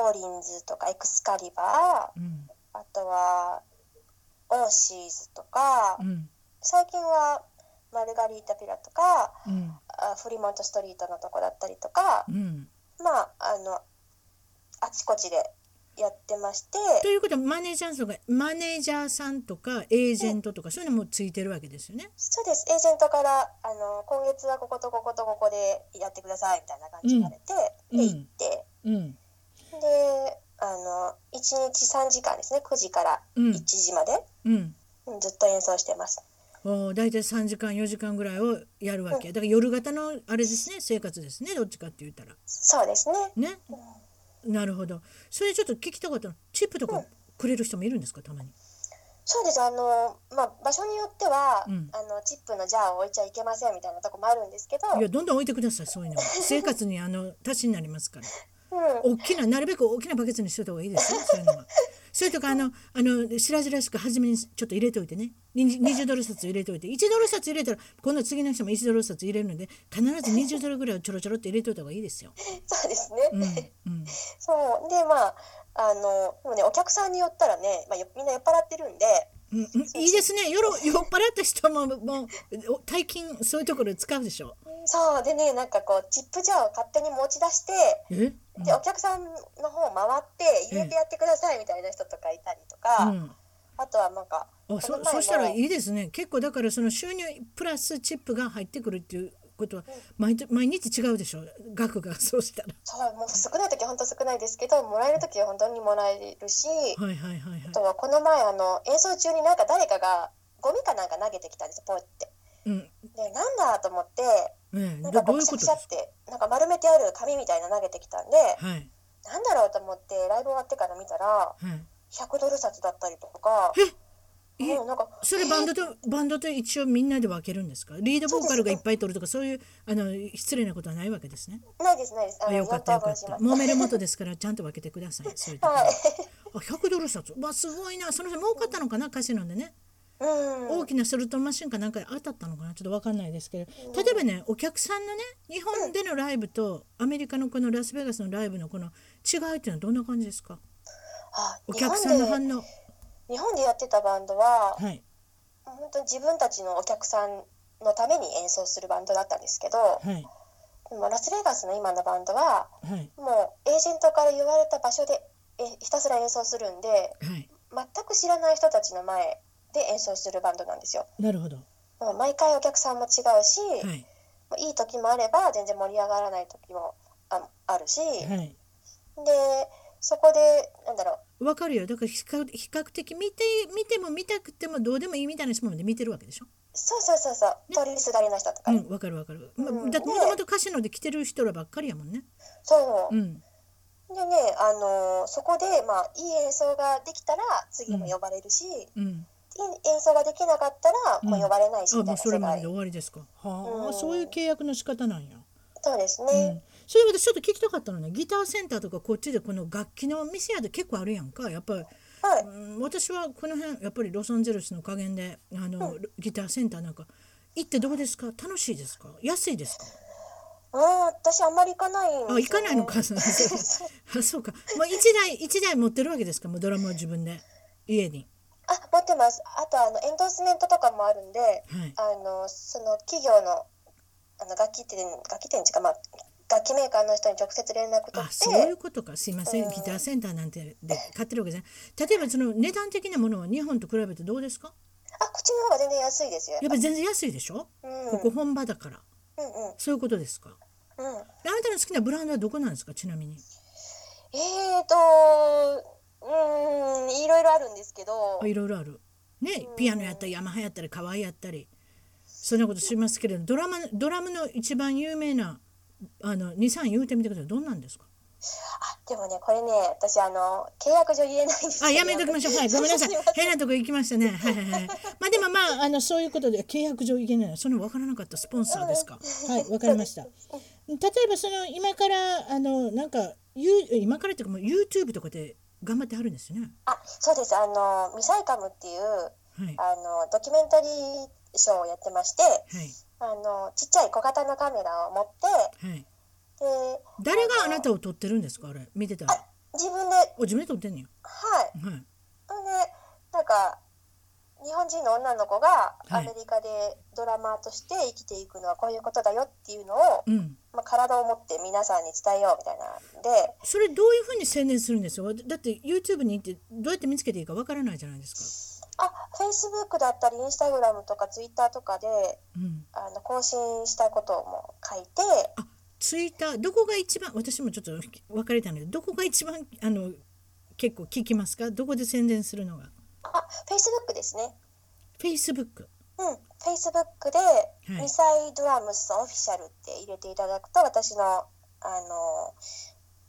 オーリンズとかエクスカリバー、うん、あとはオーシーズとか、うん、最近はマルガリータピラとか、うん、あフリモントストリートのとこだったりとか、うん、まああのあちこちでやってまして。 ということはマネージャーさんとかマネージャーさんとかエージェントとか、うん、そういうのもついてるわけですよね。 そうです。エージェントからあの今月はこことこことここでやってくださいみたいな感じで言われて、うん、で行って、うん、であのいちにちさんじかんですね、くじからいちじまで、うんうん、ずっと演奏してます。 おだいたいさんじかんよじかんぐらいをやるわけ、うん、だから夜型のあれですね、生活ですね、どっちかって言ったら。 そうですね。 ね、うん、なるほど。それちょっと聞きたかったの、チップとかくれる人もいるんですか、たまに。 そうです。あの、まあ、場所によっては、 うん、 あのチップのジャーを置いちゃいけませんみたいなとこもあるんですけど、 いやどんどん置いてください。そういうのは生活にあの足しになりますから。 うん、 大きななるべく大きなバケツにしといた方がいいですよ。そういうのは。それとかあのあの白々しく初めにちょっと入れておいてね、にじゅうドル札入れておいて、いちドル札入れたら今度次の人もいちドル札入れるので、必ずにじゅうドルぐらいをちょろちょろって入れておいた方がいいですよ。 そうですね。 うんうん、 そうで、まああのでもね、お客さんによったらね、まあ、みんな酔っ払ってるんで、 うん、いいですね。酔っ払った人ももう大金そういうところで使うでしょ。 そうでね、なんかこうチップジャーを勝手に持ち出して、 え、うん、 でお客さんの方回って入れてやってくださいみたいな人とかいたりとか、うん、あとはなんかあ そ, そうしたらいいですね。結構だからその収入プラスチップが入ってくるっていうことは毎、うん、毎日違うでしょ、額が。そうしたらそうもう少ない時は本当少ないですけど、もらえる時は本当にもらえるし、はいはいはいはい、あとはこの前あの演奏中になんか誰かがゴミかなんか投げてきたんですよ、ポイって、うん、でなんだと思って、ね、なんかこうくしゃくしゃってなんか丸めてある紙みたいな投げてきたんで、はい、なんだろうと思ってライブ終わってから見たら、はい、ひゃくドル札だったりとか。 えうん、なんかそれバンドとバンドと一応みんなで分けるんですか？リードボーカルがいっぱい取るとかそういうあの失礼なことはないわけですね。 ないですないです。あよかったよかった。揉める元ですからちゃんと分けてください。そういうところ、はい、あひゃくドル札、わすごいな。その人儲かったのかな、カジノでね。うん、大きなスロットマシンかなんか当たったのかな、ちょっと分かんないですけど、例えばね、お客さんのね日本でのライブとアメリカのこのラスベガスのライブのこの違いっていうのはどんな感じですか？ あ、 お客さんの反応。 日本でやってたバンドは、はい、本当に自分たちのお客さんのために演奏するバンドだったんですけど、はい、でもラスベガスの今のバンドは、はい、もうエージェントから言われた場所でえひたすら演奏するんで、はい、全く知らない人たちの前で演奏するバンドなんですよ。 なるほど。 もう毎回お客さんも違うし、はい、いい時もあれば全然盛り上がらない時も あ, あるし、はい、でそこでなんだろう、わかるよ。だから比較、比較的見て見ても見たくてもどうでもいいみたいな人まで見てるわけでしょ。 そうそうそうそう、ね、通りすがりの人とか、 うん、わかるわかる、うん、だってもともとカジノで来てる人らばっかりやもんね。 そう、うん、でね、あのー、そこでまあいい演奏ができたら次も呼ばれるし、うんうん、いい演奏ができなかったらもう呼ばれないしみたいな、うん、あ、もうそれまでで終わりですか。はあ、うん、そういう契約の仕方なんや。 そうですね、 うん、それ私ちょっと聞きたかったのね。ギターセンターとかこっちでこの楽器の店屋で結構あるやんか、やっぱり、はい、うん、私はこの辺やっぱりロサンゼルスの加減であの、うん、ギターセンターなんか行ってどうですか？楽しいですか？安いですか？ あ、私あんまり行かないんですよね。 あ、行かないのか。あ、そうか。もう一台一台持ってるわけですか？もうドラムは自分で家に。 あ、持ってます。あとあのエンドースメントとかもあるんで、はい、あのその企業のあの楽器店楽器店かまあ楽器メーカーの人に直接連絡取って。あ、 そういうことか。すいません、うん、ギターセンターなんてで買ってるわけじゃない。例えばその値段的なものは日本と比べてどうですか？ あ、こっちの方が全然安いですよ。 やっぱり全然安いでしょ、うん、ここ本場だから、うんうん、そういうことですか、うん、あなたの好きなブランドはどこなんですか？ちなみに。 えーとうーんいろいろあるんですけど。 あ、いろいろあるね、うん、ピアノやったりヤマハやったりカワイやったりそんなことしますけれど、ドラマドラムの一番有名なあのに、さん言うてみてください。どんなんですか？ あ、でもね、これね、私あの契約上言えないんですけど。 あ、やめときましょう。はい、ごめんなさい。変なとこ行きましたね。はいはいはい。まあでもまああのそういうことで契約上言えない。その分からなかったスポンサーですか？はい、分かりました。例えばその今からあのなんか今からっていうかもう YouTube とかで頑張ってはるんですよね。 あ、そうです。あのミサイカムっていう、はい、あのドキュメンタリーショーをやってまして、はい、あのちっちゃい小型のカメラを持って、はい、で誰があなたを撮ってるんですか？あれ見てたら。 自分で。 お、自分で撮ってんねん。 はい。はい。でなんか日本人の女の子がアメリカでドラマーとして生きていくのはこういうことだよっていうのを、はい、まあ、体を持って皆さんに伝えようみたいなんで。 それどういうふうに宣伝するんですよ？だって YouTube に行ってどうやって見つけていいかわからないじゃないですか。 あ、Facebook だったり Instagram とか Twitter とかで、うん、あの更新したことも書いて。 あ、Twitter どこが一番、私もちょっと分かれたのでどこが一番あの結構聞きますか？どこで宣伝するのが。 あ、Facebook ですね。 Facebook。 うん、Facebook で、はい、ミサイドラムスオフィシャルって入れていただくと私のあの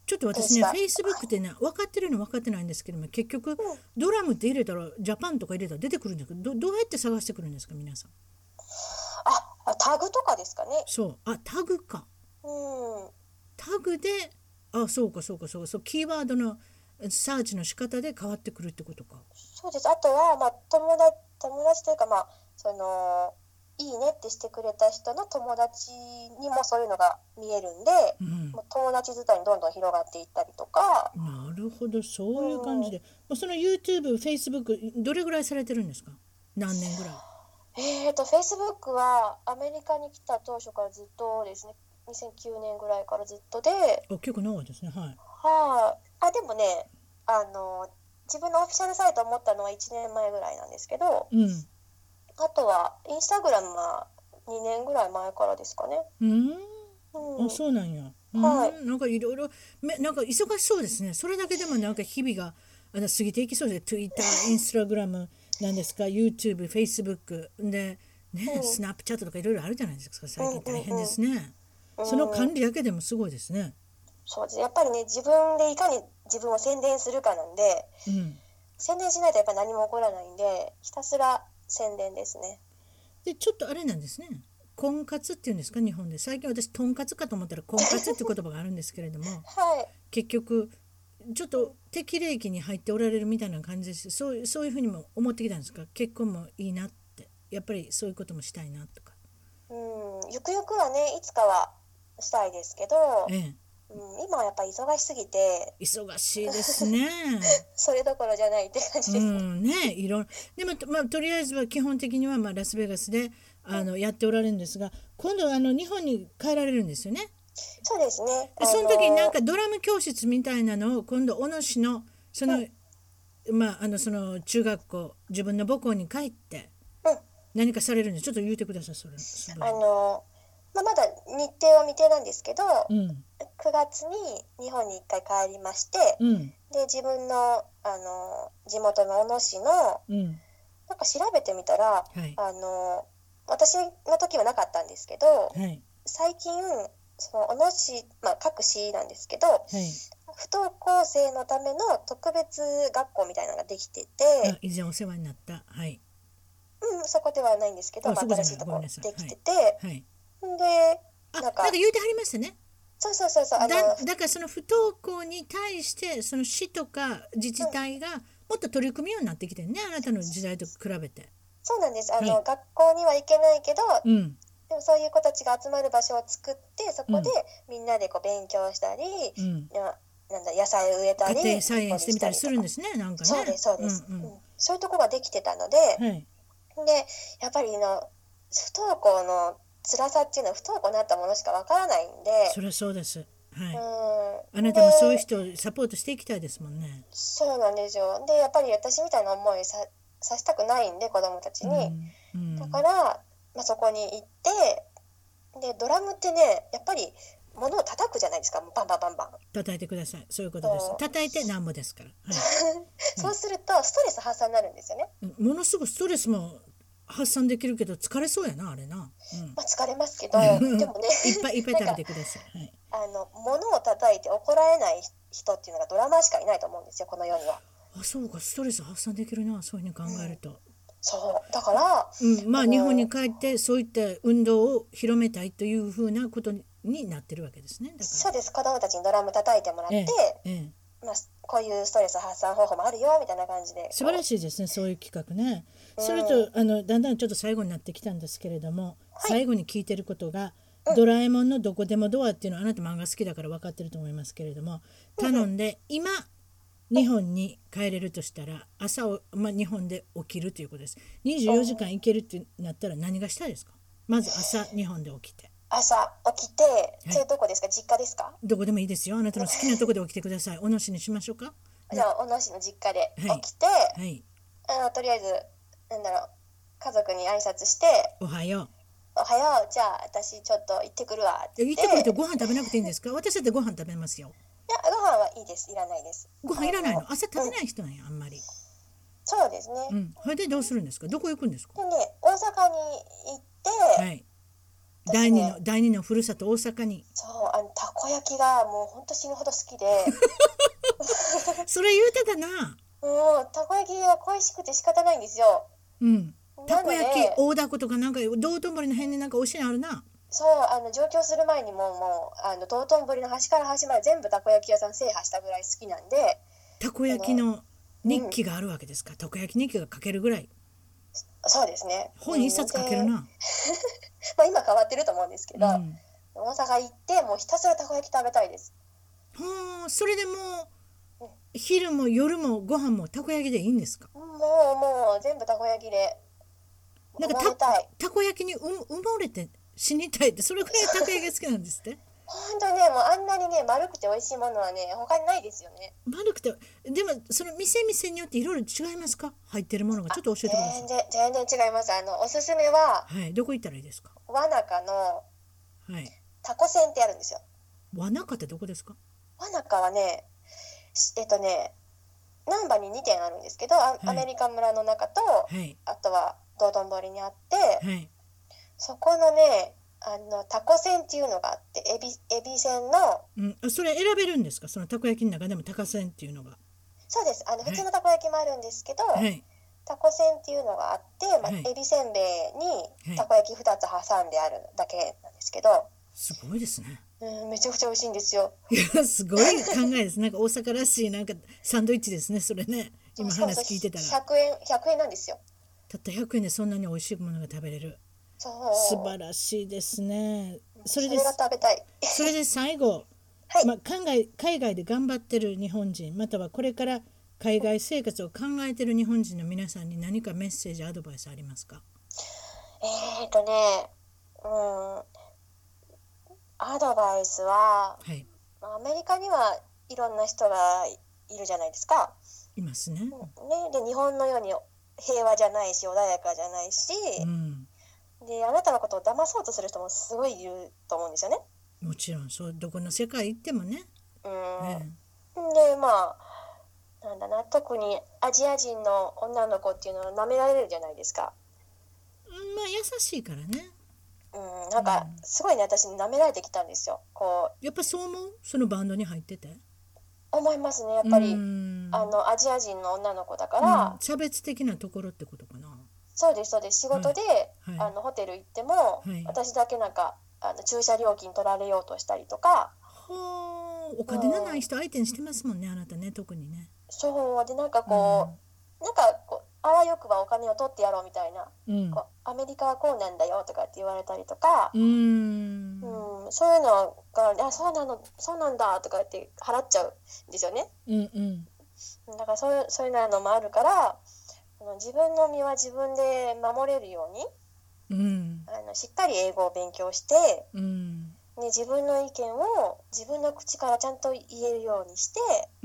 ちょっと私ね、フェイスブックってね、分かってるの分かってないんですけども、結局、うん、ドラムって入れたら、ジャパンとか入れたら出てくるんですけど、ど, どうやって探してくるんですか、皆さん。 あ、タグとかですかね。 そう、あ、タグか。 うん。 タグで、あ、そうかそうかそうか、そうキーワードのサーチの仕方で変わってくるってことか。 そうです。あとは、まあ、友達、友達というか、まあ、その、いいねってしてくれた人の友達にもそういうのが見えるんで、うん、もう友達伝いにどんどん広がっていったりとか。 なるほど、そういう感じで、うん、もうその YouTube、Facebook どれぐらいされてるんですか？何年ぐらい？ えーと Facebook はアメリカに来た当初からずっとですね、にせんきゅうねんぐらいからずっとで。 あ、結構長いですね。はい。 はい、あ、でもね、あの自分のオフィシャルサイトを持ったのはいちねんまえぐらいなんですけど、うん、あとはインスタグラムはにねんぐらい前からですかね。 うん、うん、あ、そうなんや。はい、なんかいろいろなんか忙しそうですね。それだけでもなんか日々があの過ぎていきそうで、Twitter、Instagram なんですか、YouTube、Facebook でね、うん、スナップチャットとかいろいろあるじゃないですか。最近大変ですね。うんうんうん、その管理だけでもすごいですね。 そうです。やっぱりね、自分でいかに自分を宣伝するかなんで、うん、宣伝しないとやっぱり何も起こらないんで、ひたすら宣伝ですね。 で、ちょっとあれなんですね。婚活っていうんですか、日本で。最近私とんかつかと思ったら婚活っていう言葉があるんですけれども、はい、結局ちょっと適齢期に入っておられるみたいな感じです。そう、そういうふうにも思ってきたんですか？結婚もいいなって、やっぱりそういうこともしたいなとか。 うん、ゆくゆくはね、いつかはしたいですけど、ええ、うん、今はやっぱり忙しすぎて。 忙しいですね。 それどころじゃないって感じです。 うんね、いろでも、まあ、とりあえずは基本的にはまあラスベガスであのやっておられるんですが、今度あの日本に帰られるんですよね。 そうですね。 でその時になんかドラム教室みたいなのを今度小野市のその、うん、まああのその中学校自分の母校に帰って何かされるんで、ちょっと言うてください。それあの、まあ、まだ日程は未定なんですけど、うん、くがつに日本にいっかい帰りまして、うん、で自分の、あの地元の小野市の、うん、なんか調べてみたら、はい、あの私の時はなかったんですけど、はい、最近その小野市、まあ、各市なんですけど、はい、不登校生のための特別学校みたいなのができてて、 以前お世話になった、はい、 うん、そこではないんですけど、まあ、新しいところできてて、はいはい、 であなんかなんか言うてはりましたね。 そうそうそうそう、あのだ, だからその不登校に対してその市とか自治体がもっと取り組むようになってきてね、あなたの時代と比べて。 そうなんです。あの、はい、学校には行けないけど、うん、でもそういう子たちが集まる場所を作って、そこでみんなでこう勉強したり、うん、なんだ野菜を植えたり、 家庭菜園してみたりするんですね。なんかね。 そうですそうです、うんうんうん、そういうとこができてたので、はい、でやっぱりの不登校の辛さっていうのは不登校になったものしかわからないんで。 そりゃそうです、はい、うん、あなたもそういう人をサポートしていきたいですもんね。 そうなんですよ。でやっぱり私みたいな思いささせたくないんで子供たちに、うんうん、だから、まあ、そこに行ってでドラムってねやっぱり物を叩くじゃないですか。バンバンバンバン叩いてください。そういうことです。叩いてなんぼですから、はい、 そうするとストレス発散になるんですよね。 ものすごくストレスも発散できるけど疲れそうやなあれな、うん、 まあ、疲れますけどでもねいっぱいいっぱい食べてください、はい、 あの物を叩いて怒られない人っていうのがドラマーしかいないと思うんですよ、この世には。 あ、そうか、ストレス発散できるな、そういうふうに考えると、うん、 そうだから、 うん、まあ日本に帰ってそういった運動を広めたいというふうなことになってるわけですね。だからそうです。子供たちにドラム叩いてもらって、ええええ、まあ、こういうストレス発散方法もあるよみたいな感じで。 素晴らしいですね、そういう企画ね、うん、それとあのだんだんちょっと最後になってきたんですけれども、はい、最後に聞いてることが、うん、ドラえもんのどこでもドアっていうのはあなた漫画好きだから分かってると思いますけれども、頼んで、うん、今日本に帰れるとしたら朝を、まあ、日本で起きるということです。にじゅうよじかん行けるってなったら何がしたいですか？まず朝日本で起きて朝起きて、はい、それどこですか？実家ですか？ どこでもいいですよ。あなたの好きなとこで起きてください。小野市にしましょうか。 じゃあ小野市の実家で起きて、はいはい、あのとりあえずなんだろう、家族に挨拶して、 おはようおはよう、じゃあ私ちょっと行ってくるわって言って。 行ってくるとご飯食べなくていいんですか？私だってご飯食べますよ。 いや、ご飯はいいです。いらないです。 ご飯いらないの？朝食べない人なんや、うん、あんまり。 そうですね。 うん。それでどうするんですか？どこ行くんですか？ でね、大阪に行って、はい、 第二の第二のふるさと大阪に。 そうあのたこ焼きがもう本当死ぬほど好きでそれ言うてたな。 もうたこ焼きが恋しくて仕方ないんですよ。 うん。たこ焼き大凧とかなんか道頓堀の辺になんかおいしいのあるな。 そうあの上京する前にももうあの道頓堀の端から端まで全部たこ焼き屋さん制覇したぐらい好きなんで。 たこ焼きの日記があるわけですか、うん、たこ焼き日記が書けるぐらい。 そうですね。 本一冊書けるな。 まあ今変わってると思うんですけど、うん、大阪行ってもうひたすらたこ焼き食べたいです。 はあ、それでもう、うん、昼も夜もご飯もたこ焼きでいいんですか？ もうもう全部たこ焼きで。 なんか た, たこ焼きにう埋もれて死にたいってそれくらいたこ焼きが好きなんですって。 本当ねもうあんなにね丸くて美味しいものはね他にないですよね。 丸くてでもその店店によっていろいろ違いますか？入ってるものがちょっと教えてください。 全然全然違います。あのおすすめは、 はい、どこ行ったらいいですか？ わなかのはいタコせんってあるんですよ。 わなかってどこですか？ わなかはねえっとね難波ににてんあるんですけど、はい、アメリカ村の中と、はい、あとは道頓堀にあって、はい、そこのねあのタコせんっていうのがあってエビ、エビせんの、 うん、それ選べるんですか？そのたこ焼きの中でもタコせんっていうのが。 そうですあの普通のたこ焼きもあるんですけど、はい、タコせんっていうのがあって、まあはい、エビせんべいにたこ焼きふたつ挟んであるだけなんですけど、はい、 すごいですね。 うん、めちゃくちゃ美味しいんですよ。 いやすごい考えです。なんか大阪らしいなんかサンドイッチですねそれね。今話聞いてたらひゃくえんひゃくえんなんですよ。 たったひゃくえんでそんなに美味しいものが食べれる。 そう素晴らしいですね。それでそれが食べたいそれで最後、はいまあ、海外、海外で頑張ってる日本人またはこれから海外生活を考えてる日本人の皆さんに何かメッセージアドバイスありますか？ えーとねうんアドバイスは、はい、アメリカにはいろんな人がいるじゃないですか。 いますね。ねで日本のように平和じゃないし穏やかじゃないし、うん、であなたのことを騙そうとする人もすごいいると思うんですよね。 もちろんそうどこの世界行ってもね。 うん、ねでまあなんだな特にアジア人の女の子っていうのは舐められるじゃないですか。 まあ優しいからね。 うん、なんかすごいね私舐められてきたんですよ。こうやっぱそう思う？そのバンドに入ってて思いますねやっぱりあのアジア人の女の子だから、 うん、差別的なところってことかな。 そうですそうです仕事で、はいはい、あのホテル行っても、はい、私だけなんかあの駐車料金取られようとしたりとか。 はお金のない人相手にしてますもんね、うん、あなたね特にね。 そうでなんかこう、うん、なんかこうあわよくばお金を取ってやろうみたいな、うん、こうアメリカはこうなんだよとかって言われたりとか、うん、うん、そういうのがあそうなのそうなんだとかって払っちゃうんですよね。うんうん、だからそういうそういうのもあるから自分の身は自分で守れるように、うん、あのしっかり英語を勉強して、うんね、自分の意見を自分の口からちゃんと言えるようにして、 うん、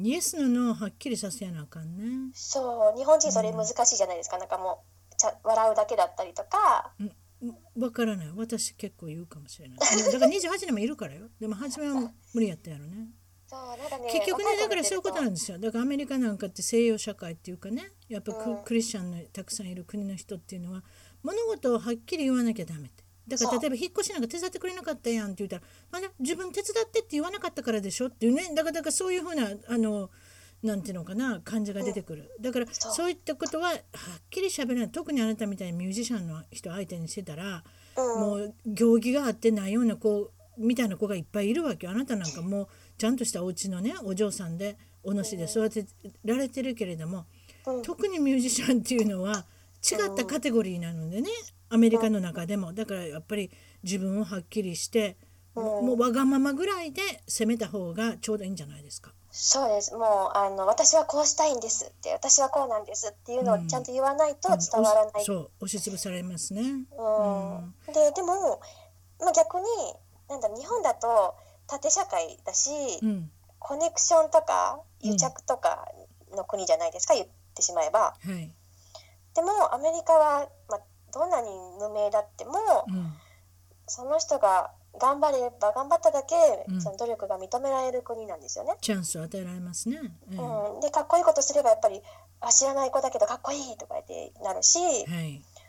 イエスのノーはっきりさせやなあかんね。 そう日本人それ難しいじゃないですか、うん、なんかもうちゃ笑うだけだったりとか。 わからない私結構言うかもしれないだからにじゅうはちねんもいるからよ。でも初めは無理やったやろね。 そうなんかね、 結局ねだからそういうことなんですよ。だからアメリカなんかって西洋社会っていうかねやっぱ ク,、うん、クリスチャンのたくさんいる国の人っていうのは物事をはっきり言わなきゃダメって。だから例えば引っ越しなんか手伝ってくれなかったやんって言ったら、まあね、自分手伝ってって言わなかったからでしょっていうね。だからだからそういうふうなあのなんていうのかな感じが出てくる。だからそういったことははっきりしゃべらない。特にあなたみたいにミュージシャンの人相手にしてたら、うん、もう行儀があってないような子みたいな子がいっぱいいるわけよ。あなたなんかもうちゃんとしたお家のねお嬢さんでお主で育てられてるけれども、うん、特にミュージシャンっていうのは違ったカテゴリーなのでねアメリカの中でも。だからやっぱり自分をはっきりして、うん、もうわがままぐらいで攻めた方がちょうどいいんじゃないですか。 そうです。もうあの私はこうしたいんですって私はこうなんですっていうのをちゃんと言わないと伝わらない、うん、 そう押しつぶされますね、 うんうん、で, でも、まあ、逆になんだ日本だと縦社会だし、うん、コネクションとか癒着とかの国じゃないですか、うん、言ってしまえば、はい、でもアメリカは、まあ、どんなに無名だっても、うん、その人が頑張れば頑張っただけ、うん、その努力が認められる国なんですよね。 チャンスを与えられますね、 うんうん、でかっこいいことすればやっぱりあ知らない子だけどかっこいいとか言ってなるし、はい、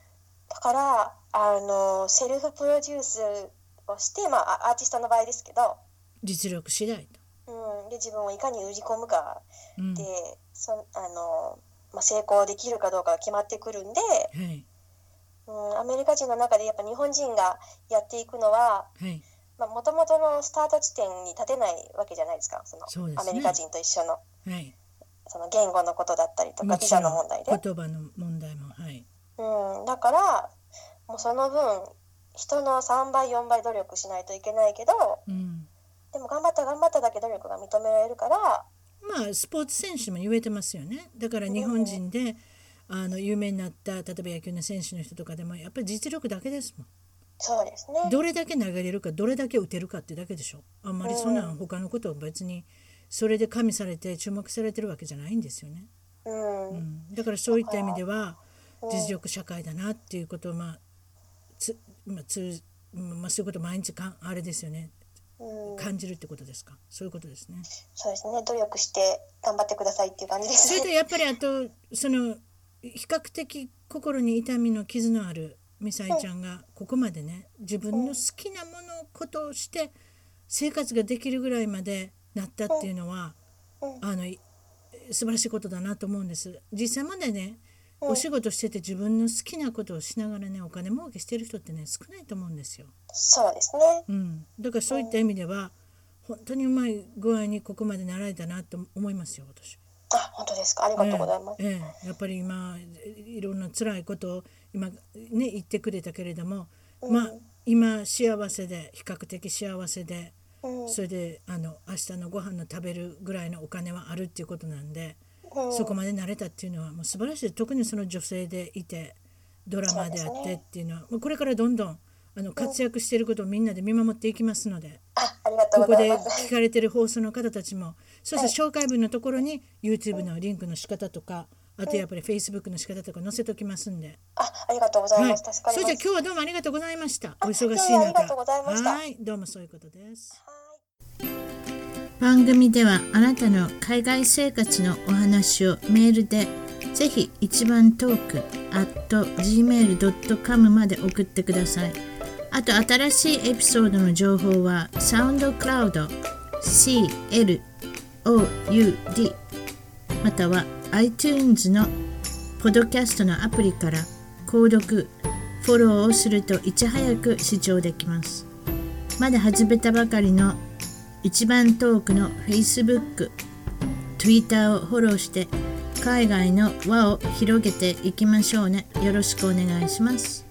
だからあのセルフプロデュースをして、まあ、アーティストの場合ですけど、 実力次第と、うん、で自分をいかに売り込むかで、うん、そあのまあ、成功できるかどうかが決まってくるんで、はい、うん、アメリカ人の中でやっぱ日本人がやっていくのは、もともとのスタート地点に立てないわけじゃないですか、そのそうですね、アメリカ人と一緒の、はい、その言語のことだったりとかビザの問題で言葉の問題も、はい、 うん、だからもうその分人のさんばいよんばい努力しないといけないけど、うん、でも頑張った頑張っただけ努力が認められるから、 まあスポーツ選手も言えてますよね。だから日本人で、うん、あの有名になった例えば野球の選手の人とかでもやっぱり実力だけですもん。 そうですね。 どれだけ投げれるかどれだけ打てるかってだけでしょ。あんまりそんな他のことを別にそれで加味されて注目されてるわけじゃないんですよね。うんうん、だからそういった意味では実力社会だなっていうことをまあつ、まあつまあ、そういうことを毎日かあれですよね、うん、感じるってことですか。そういうことですね。 そうですね。努力して頑張ってくださいっていう感じですね。 それとやっぱりあとその比較的心に痛みの傷のあるミサイちゃんがここまでね、自分の好きなものことをして生活ができるぐらいまでなったっていうのは、あの素晴らしいことだなと思うんです。実際までね、お仕事してて自分の好きなことをしながらね、お金儲けしてる人ってね少ないと思うんですよ。 そうですね、 うん、だからそういった意味では本当にうまい具合にここまでなられたなと思いますよ、私。 あ、本当ですか。ありがとうございます。 ええええ、やっぱり今いろんな辛いことを今ね言ってくれたけれども、うん、まあ今幸せで比較的幸せで、うん、それであの明日のご飯の食べるぐらいのお金はあるっていうことなんで、うん、そこまで慣れたっていうのはもう素晴らしい。特にその女性でいてドラマであってっていうのは、もうこれからどんどんあの活躍していることをみんなで見守っていきますので、うん、 あ、ありがとうございます。 ここで聞かれている放送の方たちも、そして紹介文のところに YouTube のリンクの仕方とか、あとやっぱり Facebook の仕方とか載せておきますんで。 あ、ありがとうございます。はい、助かります。 それじゃ今日はどうもありがとうございました。お忙しい中。 ありがとうございました。 はい、どうもそういうことです。 はい、 番組ではあなたの海外生活のお話をメールでぜひ一番トーク アットジーメールドットコム まで送ってください。あと新しいエピソードの情報はサウンドクラウド シーエルオーユーディー または iTunes のポッドキャストのアプリから購読、フォローをするといち早く視聴できます。まだ始めたばかりの一番トークの Facebook、Twitter をフォローして海外の輪を広げていきましょうね。よろしくお願いします。